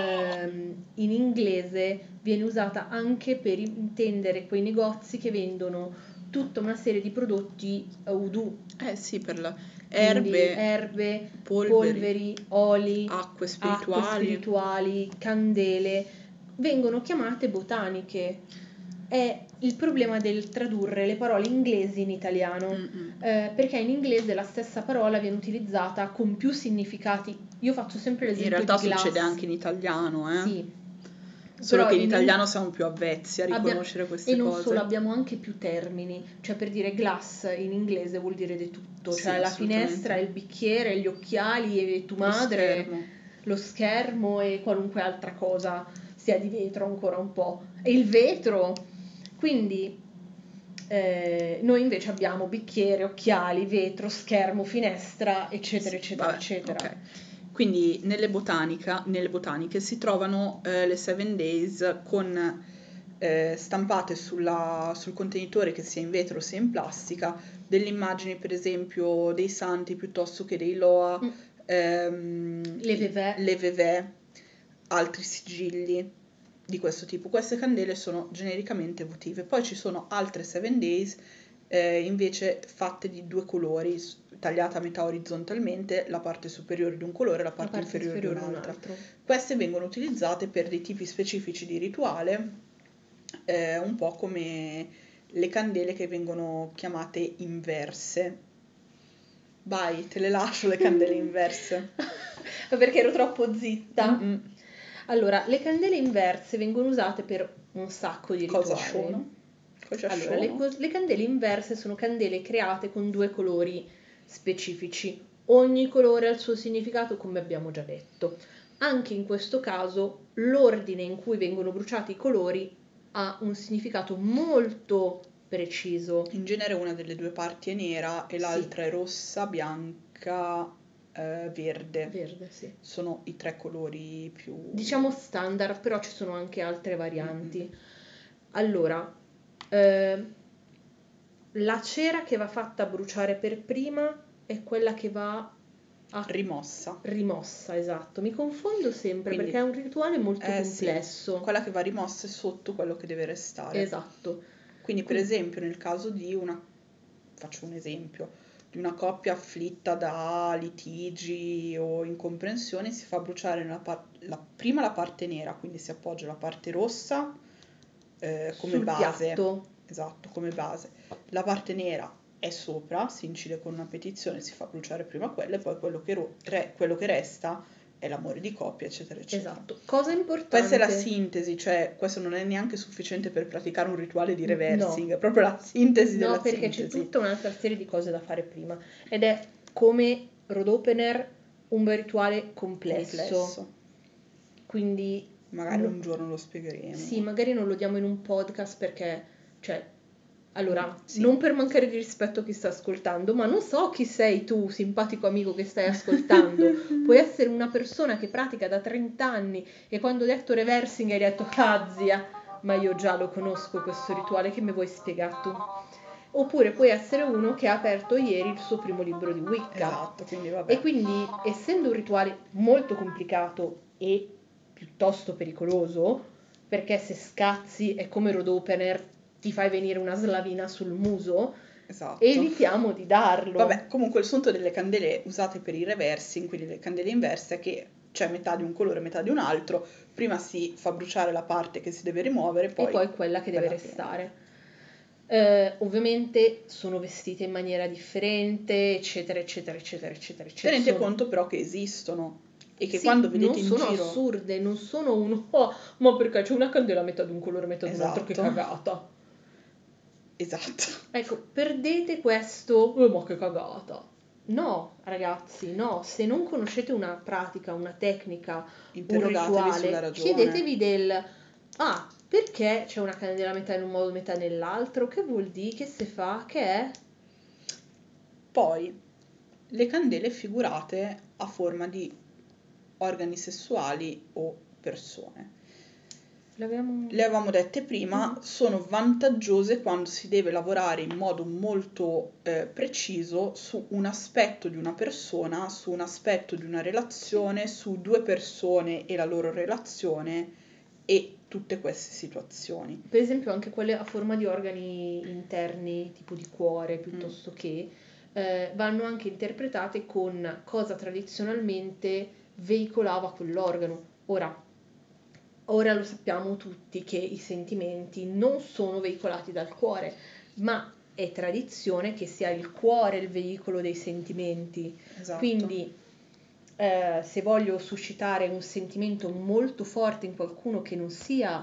in inglese viene usata anche per intendere quei negozi che vendono tutta una serie di prodotti voodoo, Sì, per la quindi erbe, polveri, oli, acque acque spirituali, candele, vengono chiamate botaniche. È il problema del tradurre le parole inglesi in italiano, perché in inglese la stessa parola viene utilizzata con più significati. Io faccio sempre In l'esempio realtà di glass. succede anche in italiano, Sì. Solo Però che in italiano siamo più avvezzi a riconoscere queste e non cose. solo, abbiamo anche più termini, cioè per dire glass in inglese vuol dire di tutto, Sì, cioè la assolutamente. finestra, il bicchiere, gli occhiali e tu Lo madre, schermo. lo schermo e qualunque altra cosa sia di vetro ancora un po', e il vetro, quindi noi invece abbiamo bicchiere, occhiali, vetro, schermo, finestra, eccetera, eccetera, Vabbè, eccetera. ok. Quindi nelle botaniche si trovano le 7 Days con stampate sul contenitore, che sia in vetro sia in plastica, delle immagini per esempio dei santi piuttosto che dei Loa, Le Vevè, altri sigilli di questo tipo. Queste candele sono genericamente votive. Poi ci sono altre 7 Days invece fatte di 2 colori, tagliata a metà orizzontalmente, la parte superiore di un colore e la parte inferiore di un altro. Queste vengono utilizzate per dei tipi specifici di rituale, un po' come le candele che vengono chiamate inverse. Vai, te le lascio le candele inverse. Perché ero troppo zitta. Mm-mm. Allora, le candele inverse vengono usate per un sacco di Cosa rituali. sono? Allora, le candele inverse sono candele create con 2 colori specifici. Ogni colore ha il suo significato, come abbiamo già detto. Anche in questo caso, l'ordine in cui vengono bruciati i colori ha un significato molto preciso. In genere una delle due parti è nera e l'altra è rossa, bianca, verde. Verde, sì. Sono i 3 colori più... Diciamo standard, però ci sono anche altre varianti. Allora, la cera che va fatta bruciare per prima è quella che va rimossa. Esatto. Mi confondo sempre Quindi, perché è un rituale molto sì, complesso. quella che va rimossa è sotto quello che deve restare. Esatto. Quindi per esempio nel caso faccio un esempio, di una coppia afflitta da litigi o incomprensioni, si fa bruciare prima la parte nera, quindi si appoggia la parte rossa come Sul base. piatto. Esatto, come base. La parte nera è sopra, si incide con una petizione, si fa bruciare prima quella e poi quello che resta è l'amore di coppia, eccetera, eccetera. Esatto. Cosa importante. Questa è la sintesi, cioè questo non è neanche sufficiente per praticare un rituale di reversing, è proprio la sintesi della No, perché sintesi. c'è tutta un'altra serie di cose da fare prima ed è come road opener un bel rituale complesso. Quindi magari un giorno lo spiegheremo. Sì, magari non lo diamo in un podcast perché, cioè, allora, sì. non per mancare di rispetto a chi sta ascoltando, ma non so chi sei tu, simpatico amico che stai ascoltando. Puoi essere una persona che pratica da 30 anni e quando ho detto reversing hai detto zia, ma io già lo conosco questo rituale, che mi vuoi spiegare tu? Oppure puoi essere uno che ha aperto ieri il suo primo libro di Wicca. Esatto, quindi vabbè. E quindi, essendo un rituale molto complicato e piuttosto pericoloso, perché se scazzi è come road opener, ti fai venire una slavina sul muso, esatto. Evitiamo di darlo. Vabbè, comunque il sunto delle candele usate per il reversing, quindi le candele inverse, che c'è metà di un colore e metà di un altro, prima si fa bruciare la parte che si deve rimuovere, e poi quella che deve restare. Ovviamente sono vestite in maniera differente, eccetera, eccetera, eccetera, eccetera, eccetera. Tenete conto però che esistono e che Sì, quando vedete non in sono giro... assurde, non sono un "Oh, ma perché c'è una candela a metà di un colore, a metà di un altro, che Esatto. cagata". Esatto. Ecco, perdete questo, ma che cagata. No, ragazzi, no, se non conoscete una pratica, una tecnica, un Interrogatevi sulla rituale, ragione. chiedetevi perché c'è una candela a metà in un modo, metà nell'altro? Che vuol dire? Che si fa? Che è? Poi, le candele figurate a forma di organi sessuali o persone. Le avevamo dette prima, sono vantaggiose quando si deve lavorare in modo molto preciso su un aspetto di una persona, su un aspetto di una relazione, su due persone e la loro relazione e tutte queste situazioni. Per esempio anche quelle a forma di organi interni, tipo di cuore, piuttosto che, vanno anche interpretate con cosa tradizionalmente veicolava quell'organo. Ora lo sappiamo tutti che i sentimenti non sono veicolati dal cuore, ma è tradizione che sia il cuore il veicolo dei sentimenti. Esatto. Quindi se voglio suscitare un sentimento molto forte in qualcuno che non sia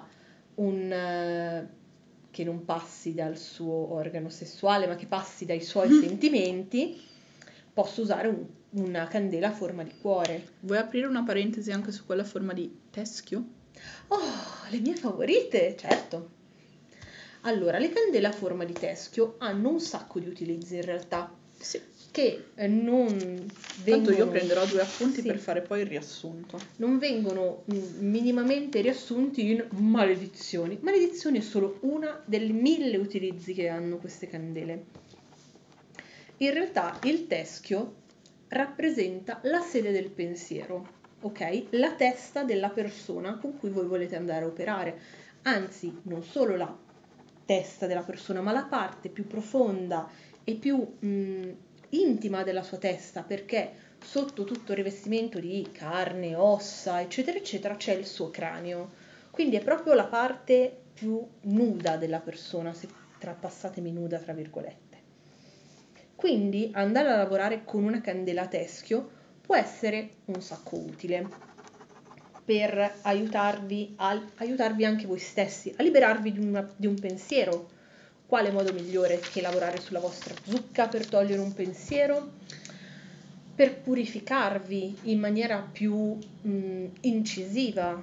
che non passi dal suo organo sessuale, ma che passi dai suoi sentimenti, posso usare una candela a forma di cuore. Vuoi aprire una parentesi anche su quella forma di teschio? Oh, le mie favorite, certo. Allora, le candele a forma di teschio hanno un sacco di utilizzi in realtà, Sì. che non Tanto io vengono... prenderò 2 appunti Sì. per fare poi il riassunto. Non vengono minimamente riassunti in maledizioni. Maledizioni è solo una delle 1000 utilizzi che hanno queste candele. In realtà il teschio rappresenta la sede del pensiero, ok? La testa della persona con cui voi volete andare a operare. Anzi, non solo la testa della persona, ma la parte più profonda e più intima della sua testa, perché sotto tutto il rivestimento di carne, ossa, eccetera, eccetera, c'è il suo cranio. Quindi è proprio la parte più nuda della persona, se passatemi nuda tra virgolette. Quindi andare a lavorare con una candela a teschio può essere un sacco utile per aiutarvi anche voi stessi a liberarvi di un pensiero. Quale modo migliore che lavorare sulla vostra zucca per togliere un pensiero? Per purificarvi in maniera più incisiva.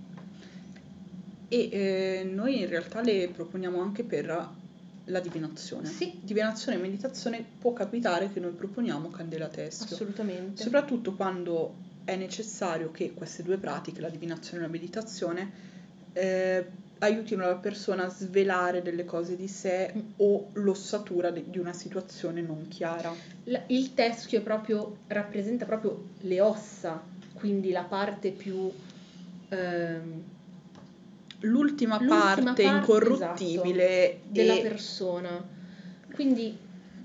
E noi in realtà le proponiamo anche per la divinazione. Sì. Divinazione e meditazione può capitare che noi proponiamo candela a teschio. Assolutamente. Soprattutto quando è necessario che queste due pratiche, la divinazione e la meditazione, aiutino la persona a svelare delle cose di sé o l'ossatura di una situazione non chiara. Il teschio rappresenta proprio le ossa, quindi la parte più... L'ultima parte incorruttibile esatto, della persona. Quindi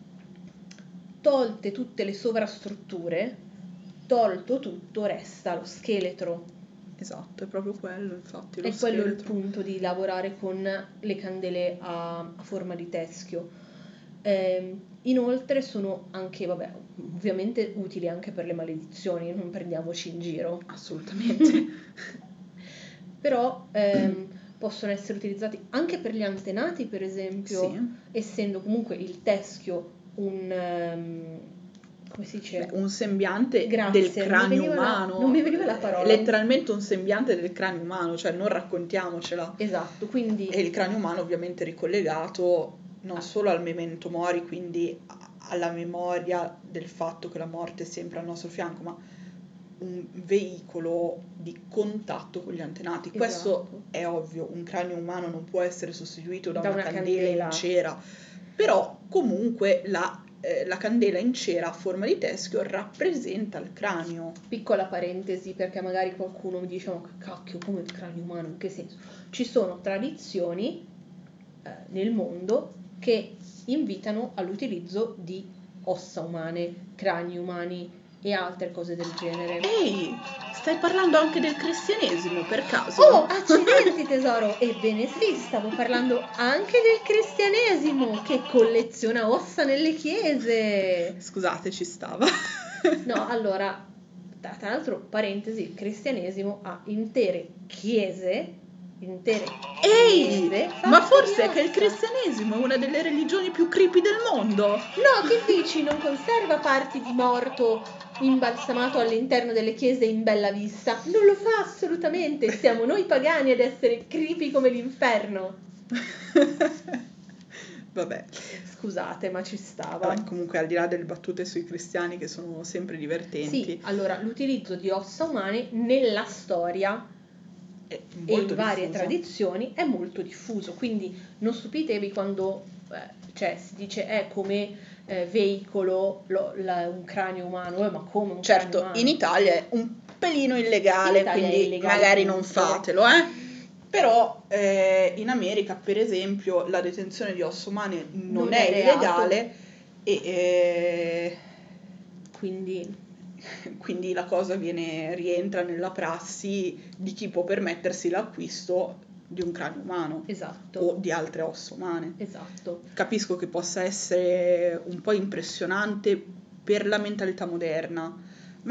tolte tutte le sovrastrutture, tolto tutto, resta lo scheletro. Esatto, è proprio quello, infatti, lo È quello il scheletro. punto di lavorare con le candele a forma di teschio. Inoltre sono anche, ovviamente utili anche per le maledizioni, non prendiamoci in giro. Assolutamente. Però possono essere utilizzati anche per gli antenati, per esempio, Sì. essendo comunque il teschio come si dice? Un sembiante Grazie, del cranio umano. non mi veniva la parola. Letteralmente un sembiante del cranio umano, cioè non raccontiamocela. Esatto, quindi... E il cranio umano ovviamente ricollegato non solo al memento mori, quindi alla memoria del fatto che la morte è sempre al nostro fianco, ma un veicolo di contatto con gli antenati. Esatto. Questo è ovvio, un cranio umano non può essere sostituito da una candela candela in cera, però comunque la candela in cera a forma di teschio rappresenta il cranio. Piccola parentesi, perché magari qualcuno mi dice: ma che cacchio, come il cranio umano, in che senso? Ci sono tradizioni nel mondo che invitano all'utilizzo di ossa umane, crani umani e altre cose del genere. Ehi, stai parlando anche del cristianesimo per caso? Oh, accidenti tesoro! Ebbene sì, stavo parlando anche del cristianesimo che colleziona ossa nelle chiese. Scusate, ci stava. No, allora, tra l'altro, parentesi, il cristianesimo ha intere chiese Ehi, ma fatte forse di è che il ossa. cristianesimo è una delle religioni più creepy del mondo. No, che dici? Non conserva parti di morto imbalsamato all'interno delle chiese in bella vista. Non lo fa assolutamente. Siamo noi pagani ad essere creepy come l'inferno. Vabbè. Scusate, ma ci stava. Vabbè, comunque al di là delle battute sui cristiani che sono sempre divertenti, Sì, allora, l'utilizzo di ossa umane nella storia è e molto in varie diffuso. tradizioni è molto diffuso, quindi non stupitevi quando si dice è come veicolo un cranio umano, ma come un cranio Certo, umano? in Italia è un pelino illegale, In Italia è quindi illegale magari non tutto. fatelo, Però in America, per esempio, la detenzione di ossa umane non è reato. illegale e Quindi la cosa rientra nella prassi di chi può permettersi l'acquisto di un cranio umano esatto, o di altre ossa umane. esatto. Capisco che possa essere un po' impressionante per la mentalità moderna, ma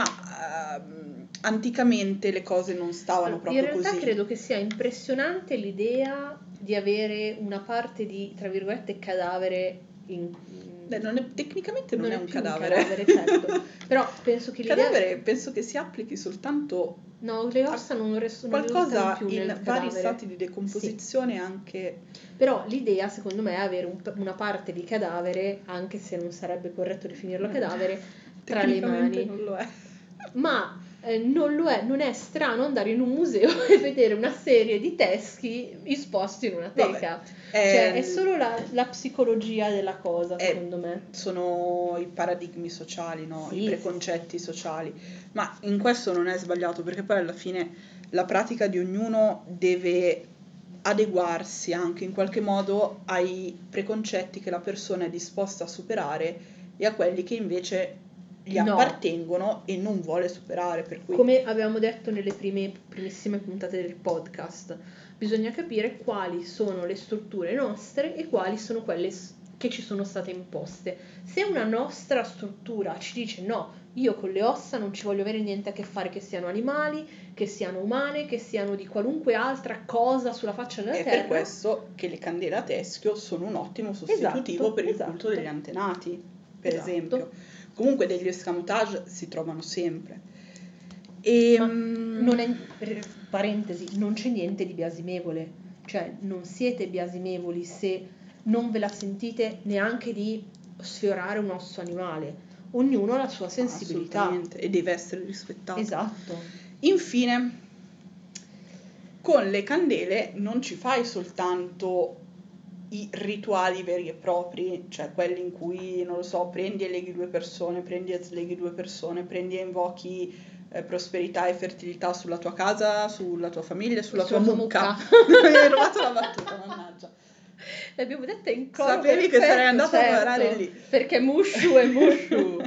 anticamente le cose non stavano Allora, proprio in realtà così. credo che sia impressionante l'idea di avere una parte di, tra virgolette, cadavere Beh, tecnicamente non è un più cadavere. certo. Però penso che Il l'idea... cadavere penso che si applichi soltanto No, le ossa non risultano qualcosa più in nel vari cadavere. stati di decomposizione anche. Però l'idea, secondo me, è avere una parte di cadavere, anche se non sarebbe corretto definirlo cadavere, tra le Tecnicamente mani. non lo è. Ma non lo è, non è strano andare in un museo e vedere una serie di teschi esposti in una teca. Cioè, è solo la psicologia della cosa, secondo me. Sono i paradigmi sociali, no? Sì, I preconcetti sociali. Ma in questo non è sbagliato, perché poi alla fine la pratica di ognuno deve adeguarsi anche in qualche modo ai preconcetti che la persona è disposta a superare e a quelli che invece gli No. appartengono e non vuole superare. Per cui Come avevamo detto nelle primissime puntate del podcast, bisogna capire quali sono le strutture nostre e quali sono quelle che ci sono state imposte. Se una nostra struttura ci dice no, io con le ossa non ci voglio avere niente a che fare, che siano animali, che siano umane, che siano di qualunque altra cosa sulla faccia della è terra. per questo che le candele a teschio sono un ottimo sostitutivo per il culto degli antenati, per esempio. Comunque degli escamotage si trovano sempre. Ma non è, parentesi, non c'è niente di biasimevole, cioè non siete biasimevoli se non ve la sentite neanche di sfiorare un osso animale. Ognuno ha la sua sensibilità. Assolutamente, e deve essere rispettato. Esatto. Infine, con le candele non ci fai soltanto i rituali veri e propri, cioè quelli in cui, non lo so, prendi e leghi due persone, prendi e sleghi due persone, prendi e invochi prosperità e fertilità sulla tua casa, sulla tua famiglia, sulla tua mucca. Mi hai rubato la battuta, mannaggia. L'abbiamo detta in coro. Sapevi perfetto, che sarei andata certo, a parare lì. Perché mushu è mushu.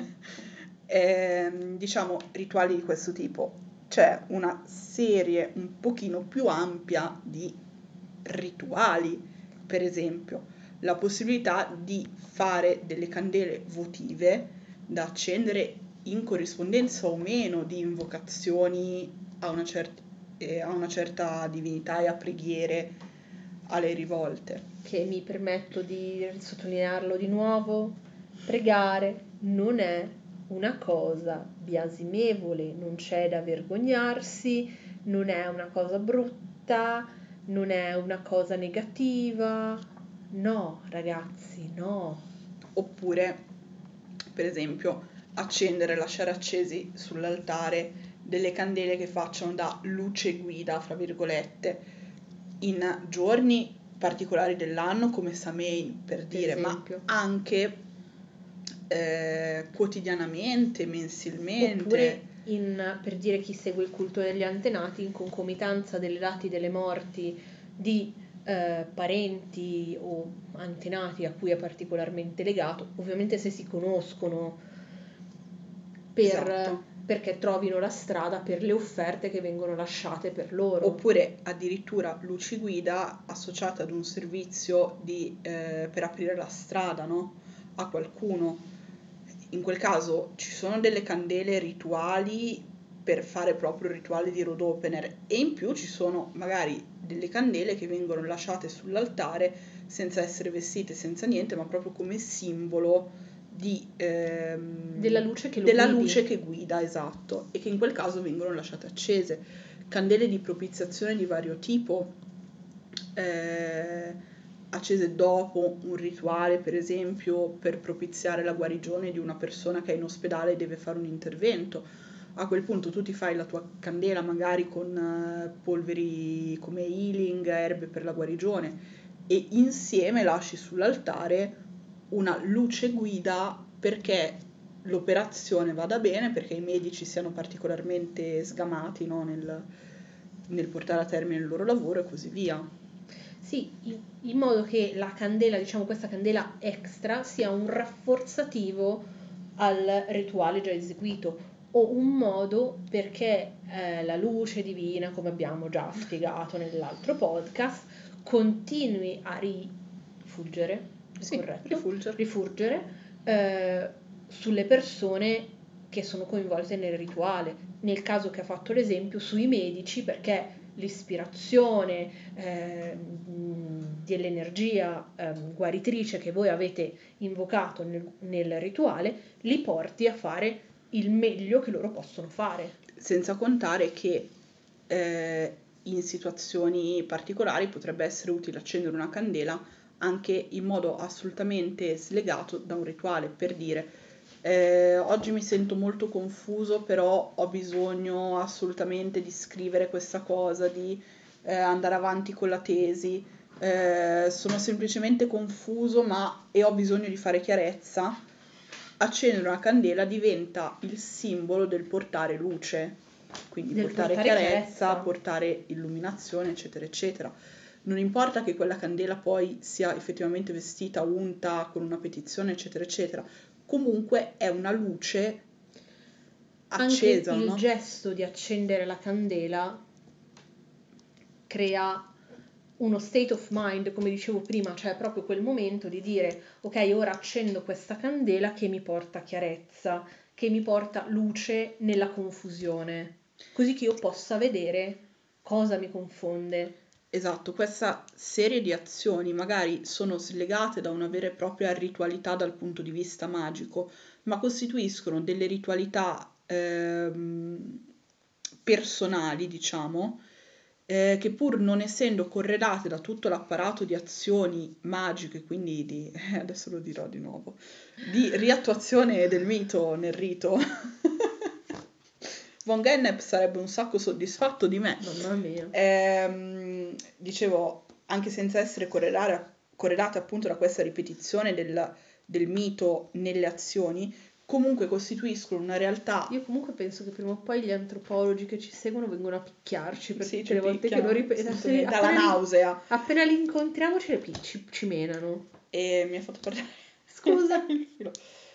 Diciamo rituali di questo tipo. C'è una serie un pochino più ampia di rituali, per esempio la possibilità di fare delle candele votive da accendere in corrispondenza o meno di invocazioni a una certa divinità e a preghiere alle rivolte. Che mi permetto di sottolinearlo di nuovo, pregare non è una cosa biasimevole, non c'è da vergognarsi, non è una cosa brutta, non è una cosa negativa. No, ragazzi, no. Oppure, per esempio, accendere, lasciare accesi sull'altare delle candele che facciano da luce guida, fra virgolette, in giorni particolari dell'anno come Samhain, per dire, ma esempio. anche quotidianamente, mensilmente. Oppure per dire chi segue il culto degli antenati, in concomitanza delle date delle morti di parenti o antenati a cui è particolarmente legato, ovviamente se si conoscono, Esatto. perché trovino la strada per le offerte che vengono lasciate per loro. Oppure addirittura luci guida associate ad un servizio per aprire la strada, no? A qualcuno. In quel caso ci sono delle candele rituali per fare proprio il rituale di road opener, e in più ci sono magari delle candele che vengono lasciate sull'altare senza essere vestite, senza niente, ma proprio come simbolo Della luce che lo della guidi. luce che guida, esatto, e che in quel caso vengono lasciate accese. Candele di propiziazione di vario tipo, accese dopo un rituale, per esempio, per propiziare la guarigione di una persona che è in ospedale e deve fare un intervento. A quel punto tu ti fai la tua candela magari con polveri come healing, erbe per la guarigione, e insieme lasci sull'altare una luce guida perché l'operazione vada bene, perché i medici siano particolarmente sgamati, no, nel portare a termine il loro lavoro e così via. Sì, in modo che la candela, diciamo questa candela extra, sia un rafforzativo al rituale già eseguito, o un modo perché la luce divina, come abbiamo già spiegato nell'altro podcast, continui a rifulgere, è Sì, corretto? rifulgere. Rifulgere sulle persone che sono coinvolte nel rituale. Nel caso che ha fatto l'esempio, sui medici, perché l'ispirazione dell'energia guaritrice che voi avete invocato nel rituale li porti a fare il meglio che loro possono fare. Senza contare che in situazioni particolari potrebbe essere utile accendere una candela anche in modo assolutamente slegato da un rituale, per dire oggi mi sento molto confuso, però ho bisogno assolutamente di scrivere questa cosa, di andare avanti con la tesi, sono semplicemente confuso e ho bisogno di fare chiarezza. Accendere una candela diventa il simbolo del portare luce, quindi Del portare portare chiarezza, chiarezza. portare illuminazione, eccetera, eccetera. Non importa che quella candela poi sia effettivamente vestita, unta, con una petizione, eccetera, eccetera. Comunque è una luce accesa, Anche il no? gesto di accendere la candela crea uno state of mind, come dicevo prima, cioè proprio quel momento di dire ok, ora accendo questa candela che mi porta chiarezza, che mi porta luce nella confusione, così che io possa vedere cosa mi confonde. Esatto, questa serie di azioni magari sono slegate da una vera e propria ritualità dal punto di vista magico, ma costituiscono delle ritualità personali, diciamo, che pur non essendo corredate da tutto l'apparato di azioni magiche, quindi adesso lo dirò di nuovo, di riattuazione del mito nel rito, Von Gennep sarebbe un sacco soddisfatto di me. Mamma mia. Dicevo, anche senza essere correlate appunto da questa ripetizione del mito nelle azioni, comunque costituiscono una realtà. Io comunque penso che prima o poi gli antropologi che ci seguono vengono a picchiarci per Sì, tutte ci le volte che lo picchiano, ripetono. assolutamente, dalla nausea. Appena li incontriamo ci menano. E mi ha fatto perdere Scusa. il filo.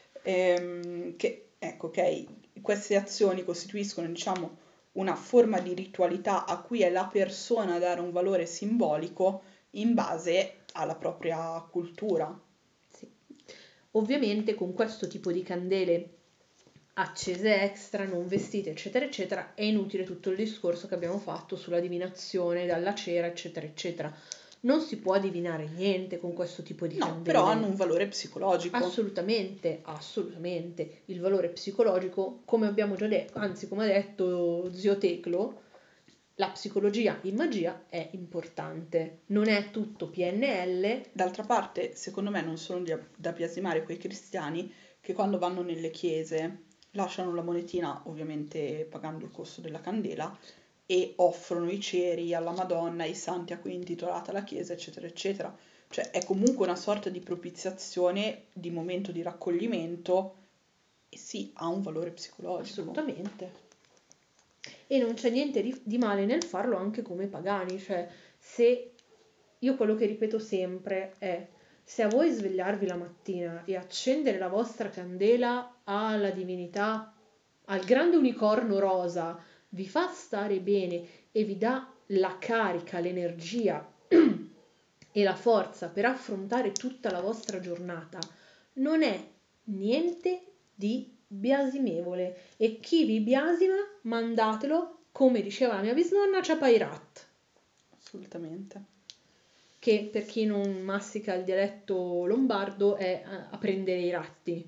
Ecco, ok, queste azioni costituiscono, diciamo, una forma di ritualità a cui è la persona a dare un valore simbolico in base alla propria cultura. Sì. Ovviamente con questo tipo di candele accese extra, non vestite, eccetera, eccetera, è inutile tutto il discorso che abbiamo fatto sulla divinazione dalla cera, eccetera, eccetera. Non si può divinare niente con questo tipo di No, candele. però hanno un valore psicologico. Assolutamente, assolutamente. Il valore psicologico, come abbiamo già detto, anzi come ha detto zio Teclo, la psicologia in magia è importante. Non è tutto PNL. D'altra parte, secondo me non sono da biasimare quei cristiani che quando vanno nelle chiese lasciano la monetina, ovviamente pagando il costo della candela, e offrono i ceri alla Madonna, ai santi a cui è intitolata la chiesa, eccetera, eccetera. Cioè è comunque una sorta di propiziazione, di momento di raccoglimento, e sì, ha un valore psicologico. Assolutamente. E non c'è niente di male nel farlo anche come pagani, cioè se io quello che ripeto sempre è se a voi svegliarvi la mattina e accendere la vostra candela alla divinità, al grande unicorno rosa, vi fa stare bene e vi dà la carica, l'energia e la forza per affrontare tutta la vostra giornata, non è niente di biasimevole. E chi vi biasima, mandatelo, come diceva la mia bisnonna, Ciapairat, Assolutamente. che per chi non mastica il dialetto lombardo è a prendere i ratti.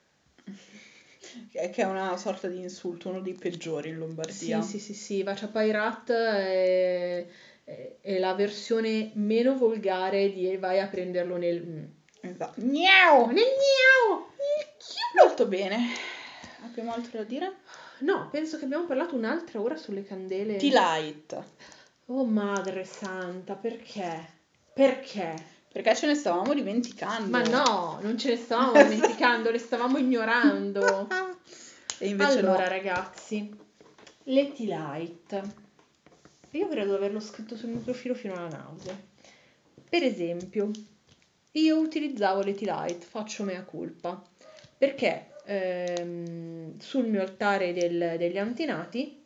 Che è una sorta di insulto, uno dei peggiori in Lombardia. Sì, va Ciapairat è la versione meno volgare di vai a prenderlo nel... Esatto. Miau! nel miau! Molto bene. Abbiamo altro da dire? No, penso che abbiamo parlato un'altra ora sulle candele. T-Light. Oh madre santa, perché? Perché? Perché ce ne stavamo dimenticando. Ma no, non ce ne stavamo dimenticando, le stavamo ignorando. E invece Allora, no. ragazzi, le T-Light. Io credo di averlo scritto sul mio profilo fino alla nausea. Per esempio, io utilizzavo le T-Light, faccio mea culpa, perché sul mio altare degli antenati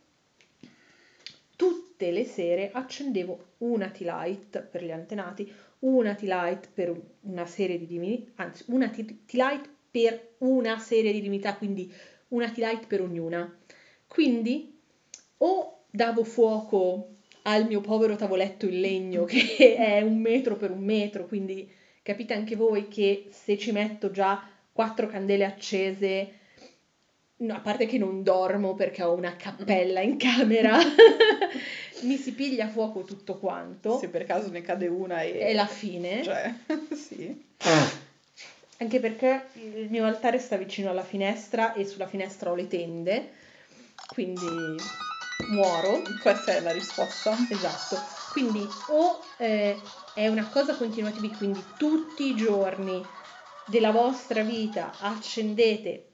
tutte le sere accendevo una T-Light per gli antenati, una T-Light per una serie di divinità, anzi una T-Light per una serie di divinità, quindi una T-Light per ognuna. Quindi o davo fuoco al mio povero tavoletto in legno che è 1 metro per 1 metro, quindi capite anche voi che se ci metto già 4 candele accese, no, a parte che non dormo perché ho una cappella in camera, mi si piglia a fuoco tutto quanto. Se per caso ne cade una È la fine. Cioè, sì. Anche perché il mio altare sta vicino alla finestra e sulla finestra ho le tende, quindi muoro. Questa è la risposta. Esatto. Quindi o è una cosa continuativa, quindi tutti i giorni della vostra vita accendete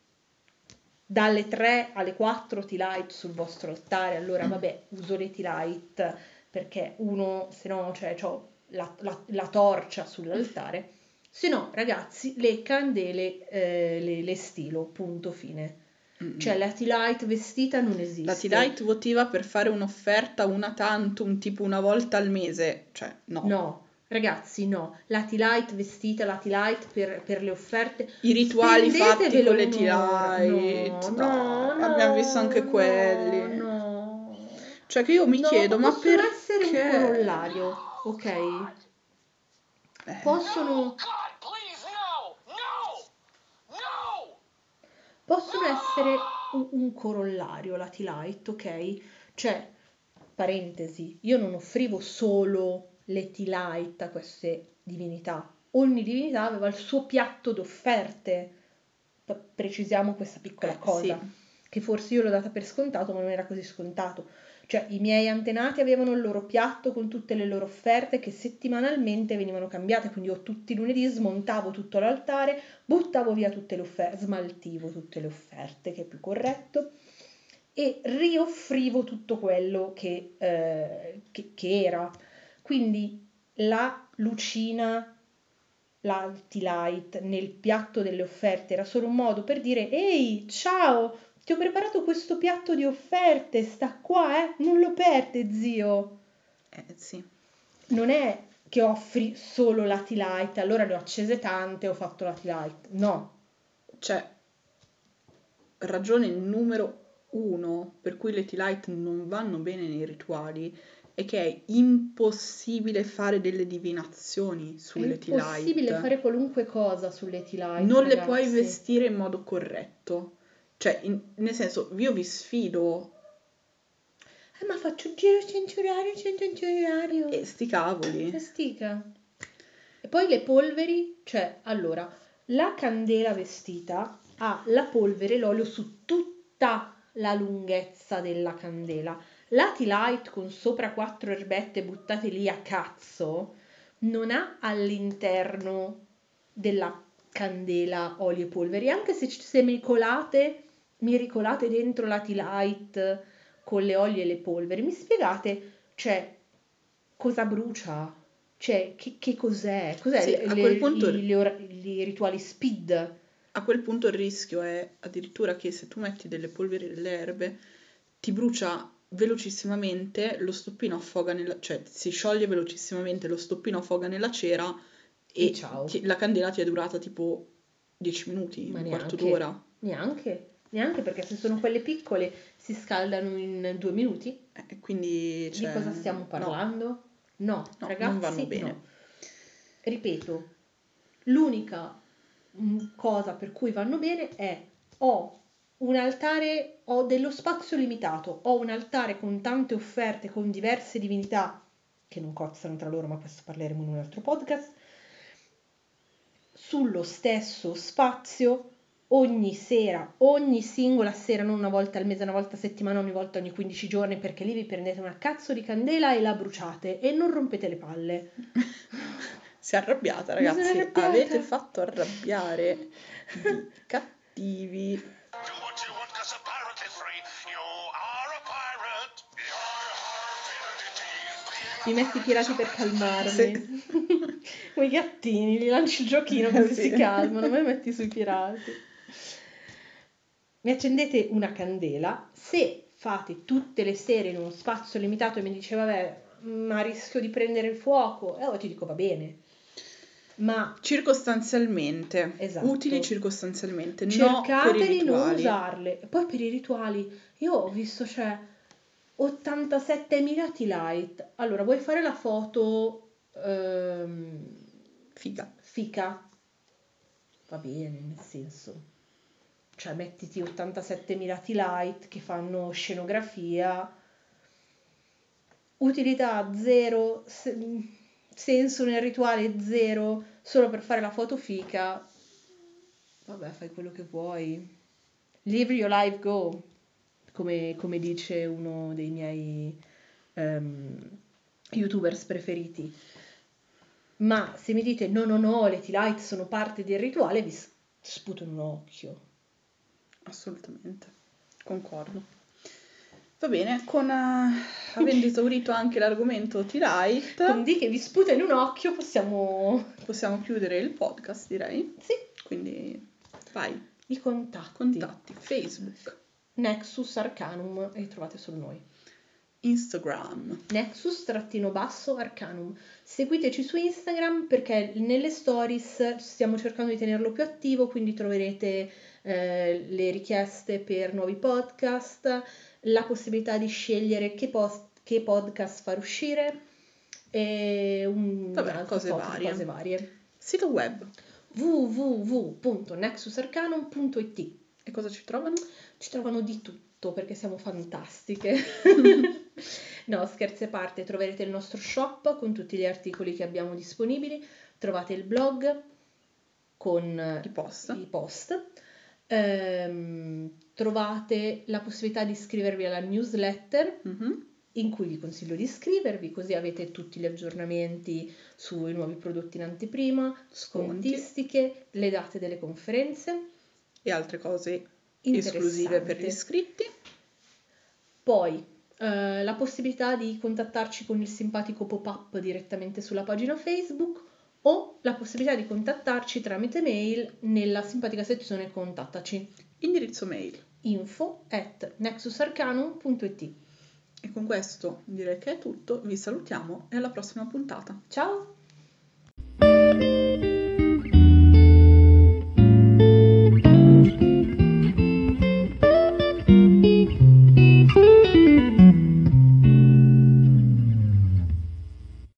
dalle 3 alle 4 T-Light sul vostro altare, allora vabbè, uso le T-Light perché uno, se no, cioè, ho la torcia sull'altare, se no, ragazzi, le candele le stilo, punto fine. Cioè la T-Light vestita non esiste. La T-Light votiva per fare un'offerta una tantum, tipo una volta al mese. Cioè, no. No, ragazzi, no. La T-Light vestita, la T-Light per le offerte. I rituali fatti Spendetevelo con le un'ora. T-Light. No, abbiamo visto anche no, quelli. no. Cioè che io mi No, chiedo, ma possono perché? essere un corollario, ok? Possono, No, God, please, no! No! No! possono essere un corollario la T-Light, ok? Cioè, parentesi, io non offrivo solo le T-Light a queste divinità. Ogni divinità aveva il suo piatto d'offerte. Precisiamo questa piccola cosa, sì. che forse io l'ho data per scontato, ma non era così scontato. Cioè, i miei antenati avevano il loro piatto con tutte le loro offerte che settimanalmente venivano cambiate, quindi io tutti i lunedì smontavo tutto l'altare, buttavo via tutte le offerte, smaltivo tutte le offerte, che è più corretto, e rioffrivo tutto quello che era. Quindi la lucina, la T-Light nel piatto delle offerte era solo un modo per dire: ehi, ciao, ti ho preparato questo piatto di offerte, sta qua, non lo perde, zio. Sì. Non è che offri solo la T-Light, allora ne ho accese tante, ho fatto la T-Light. No. Cioè, ragione numero 1 per cui le T-Light non vanno bene nei rituali è che è impossibile fare delle divinazioni È sulle impossibile T-Light. fare qualunque cosa sulle T-Light, Non le ragazzi. puoi vestire in modo corretto. Cioè, nel senso, io vi sfido. Ma faccio il giro senza orario. E sti cavoli. Che stica. E poi le polveri, cioè, allora, la candela vestita ha la polvere e l'olio su tutta la lunghezza della candela. La T-Light con sopra 4 erbette buttate lì a cazzo non ha all'interno della candela olio e polveri, anche se mi ricolate dentro la T-Light con le olio e le polveri, mi spiegate, cioè, cosa brucia? Cioè, che cos'è? Cos'è Sì, a quel punto i rituali speed? A quel punto il rischio è addirittura che se tu metti delle polveri e delle erbe, ti brucia velocissimamente, lo stoppino affoga cioè si scioglie velocissimamente, lo stoppino affoga nella cera E e ciao. la candela ti è durata tipo 10 minuti, Ma un quarto neanche. d'ora. Neanche perché se sono quelle piccole si scaldano in 2 minuti. Quindi Di cosa stiamo parlando? No, No, ragazzi, non vanno bene. no. Ripeto, l'unica cosa per cui vanno bene è ho dello spazio limitato, ho un altare con tante offerte, con diverse divinità che non cozzano tra loro, ma questo parleremo in un altro podcast, sullo stesso spazio ogni sera, ogni singola sera, non una volta al mese, una volta a settimana, ogni volta ogni 15 giorni, perché lì vi prendete una cazzo di candela e la bruciate e non rompete le palle. Si è arrabbiata, Mi sono ragazzi. arrabbiata. Avete fatto arrabbiare i cattivi. Do what you want, 'cause a pirate is free. You are a pirate. Mi metti i pirati per calmarmi. Sì. Come i gattini, gli lanci il giochino così Sì. si calmano, me metti sui pirati. Mi accendete una candela, se fate tutte le sere in uno spazio limitato e mi dice vabbè, ma rischio di prendere il fuoco, e allora ti dico va bene. Ma Circostanzialmente. Esatto. Utili circostanzialmente, no cercate per i di non rituali. usarle. E poi per i rituali, io ho visto c'è 87.000 tea light. Allora, vuoi fare la foto Figa. Va bene, nel senso. Cioè, mettiti 87.000 tea light che fanno scenografia. Utilità zero, senso nel rituale zero, solo per fare la foto fica. Vabbè, fai quello che vuoi. Live your life, go. Come dice uno dei miei youtubers preferiti. Ma se mi dite no, le tea light sono parte del rituale, vi sputo in un occhio. Assolutamente, concordo. Va bene, avendo esaurito anche l'argomento T-Light, Con di che vi sputa in un occhio possiamo chiudere il podcast, direi. Sì. Quindi vai, I contatti. Facebook, Nexus Arcanum e trovate solo noi. Instagram, Nexus_Arcanum. Seguiteci su Instagram perché nelle stories stiamo cercando di tenerlo più attivo, quindi troverete le richieste per nuovi podcast, la possibilità di scegliere che podcast far uscire e cose varie. Sito web. www.nexusarcanum.it. E cosa ci trovano? Ci trovano di tutto perché siamo fantastiche. No, scherzi a parte, troverete il nostro shop con tutti gli articoli che abbiamo disponibili, trovate il blog con I post. Trovate la possibilità di iscrivervi alla newsletter in cui vi consiglio di iscrivervi, così avete tutti gli aggiornamenti sui nuovi prodotti in anteprima, scontistiche, le date delle conferenze e altre cose esclusive per gli iscritti. Poi la possibilità di contattarci con il simpatico pop-up direttamente sulla pagina Facebook o la possibilità di contattarci tramite mail nella simpatica sezione Contattaci. Indirizzo mail info@nexusarcanum.it. E con questo direi che è tutto, vi salutiamo e alla prossima puntata. Ciao!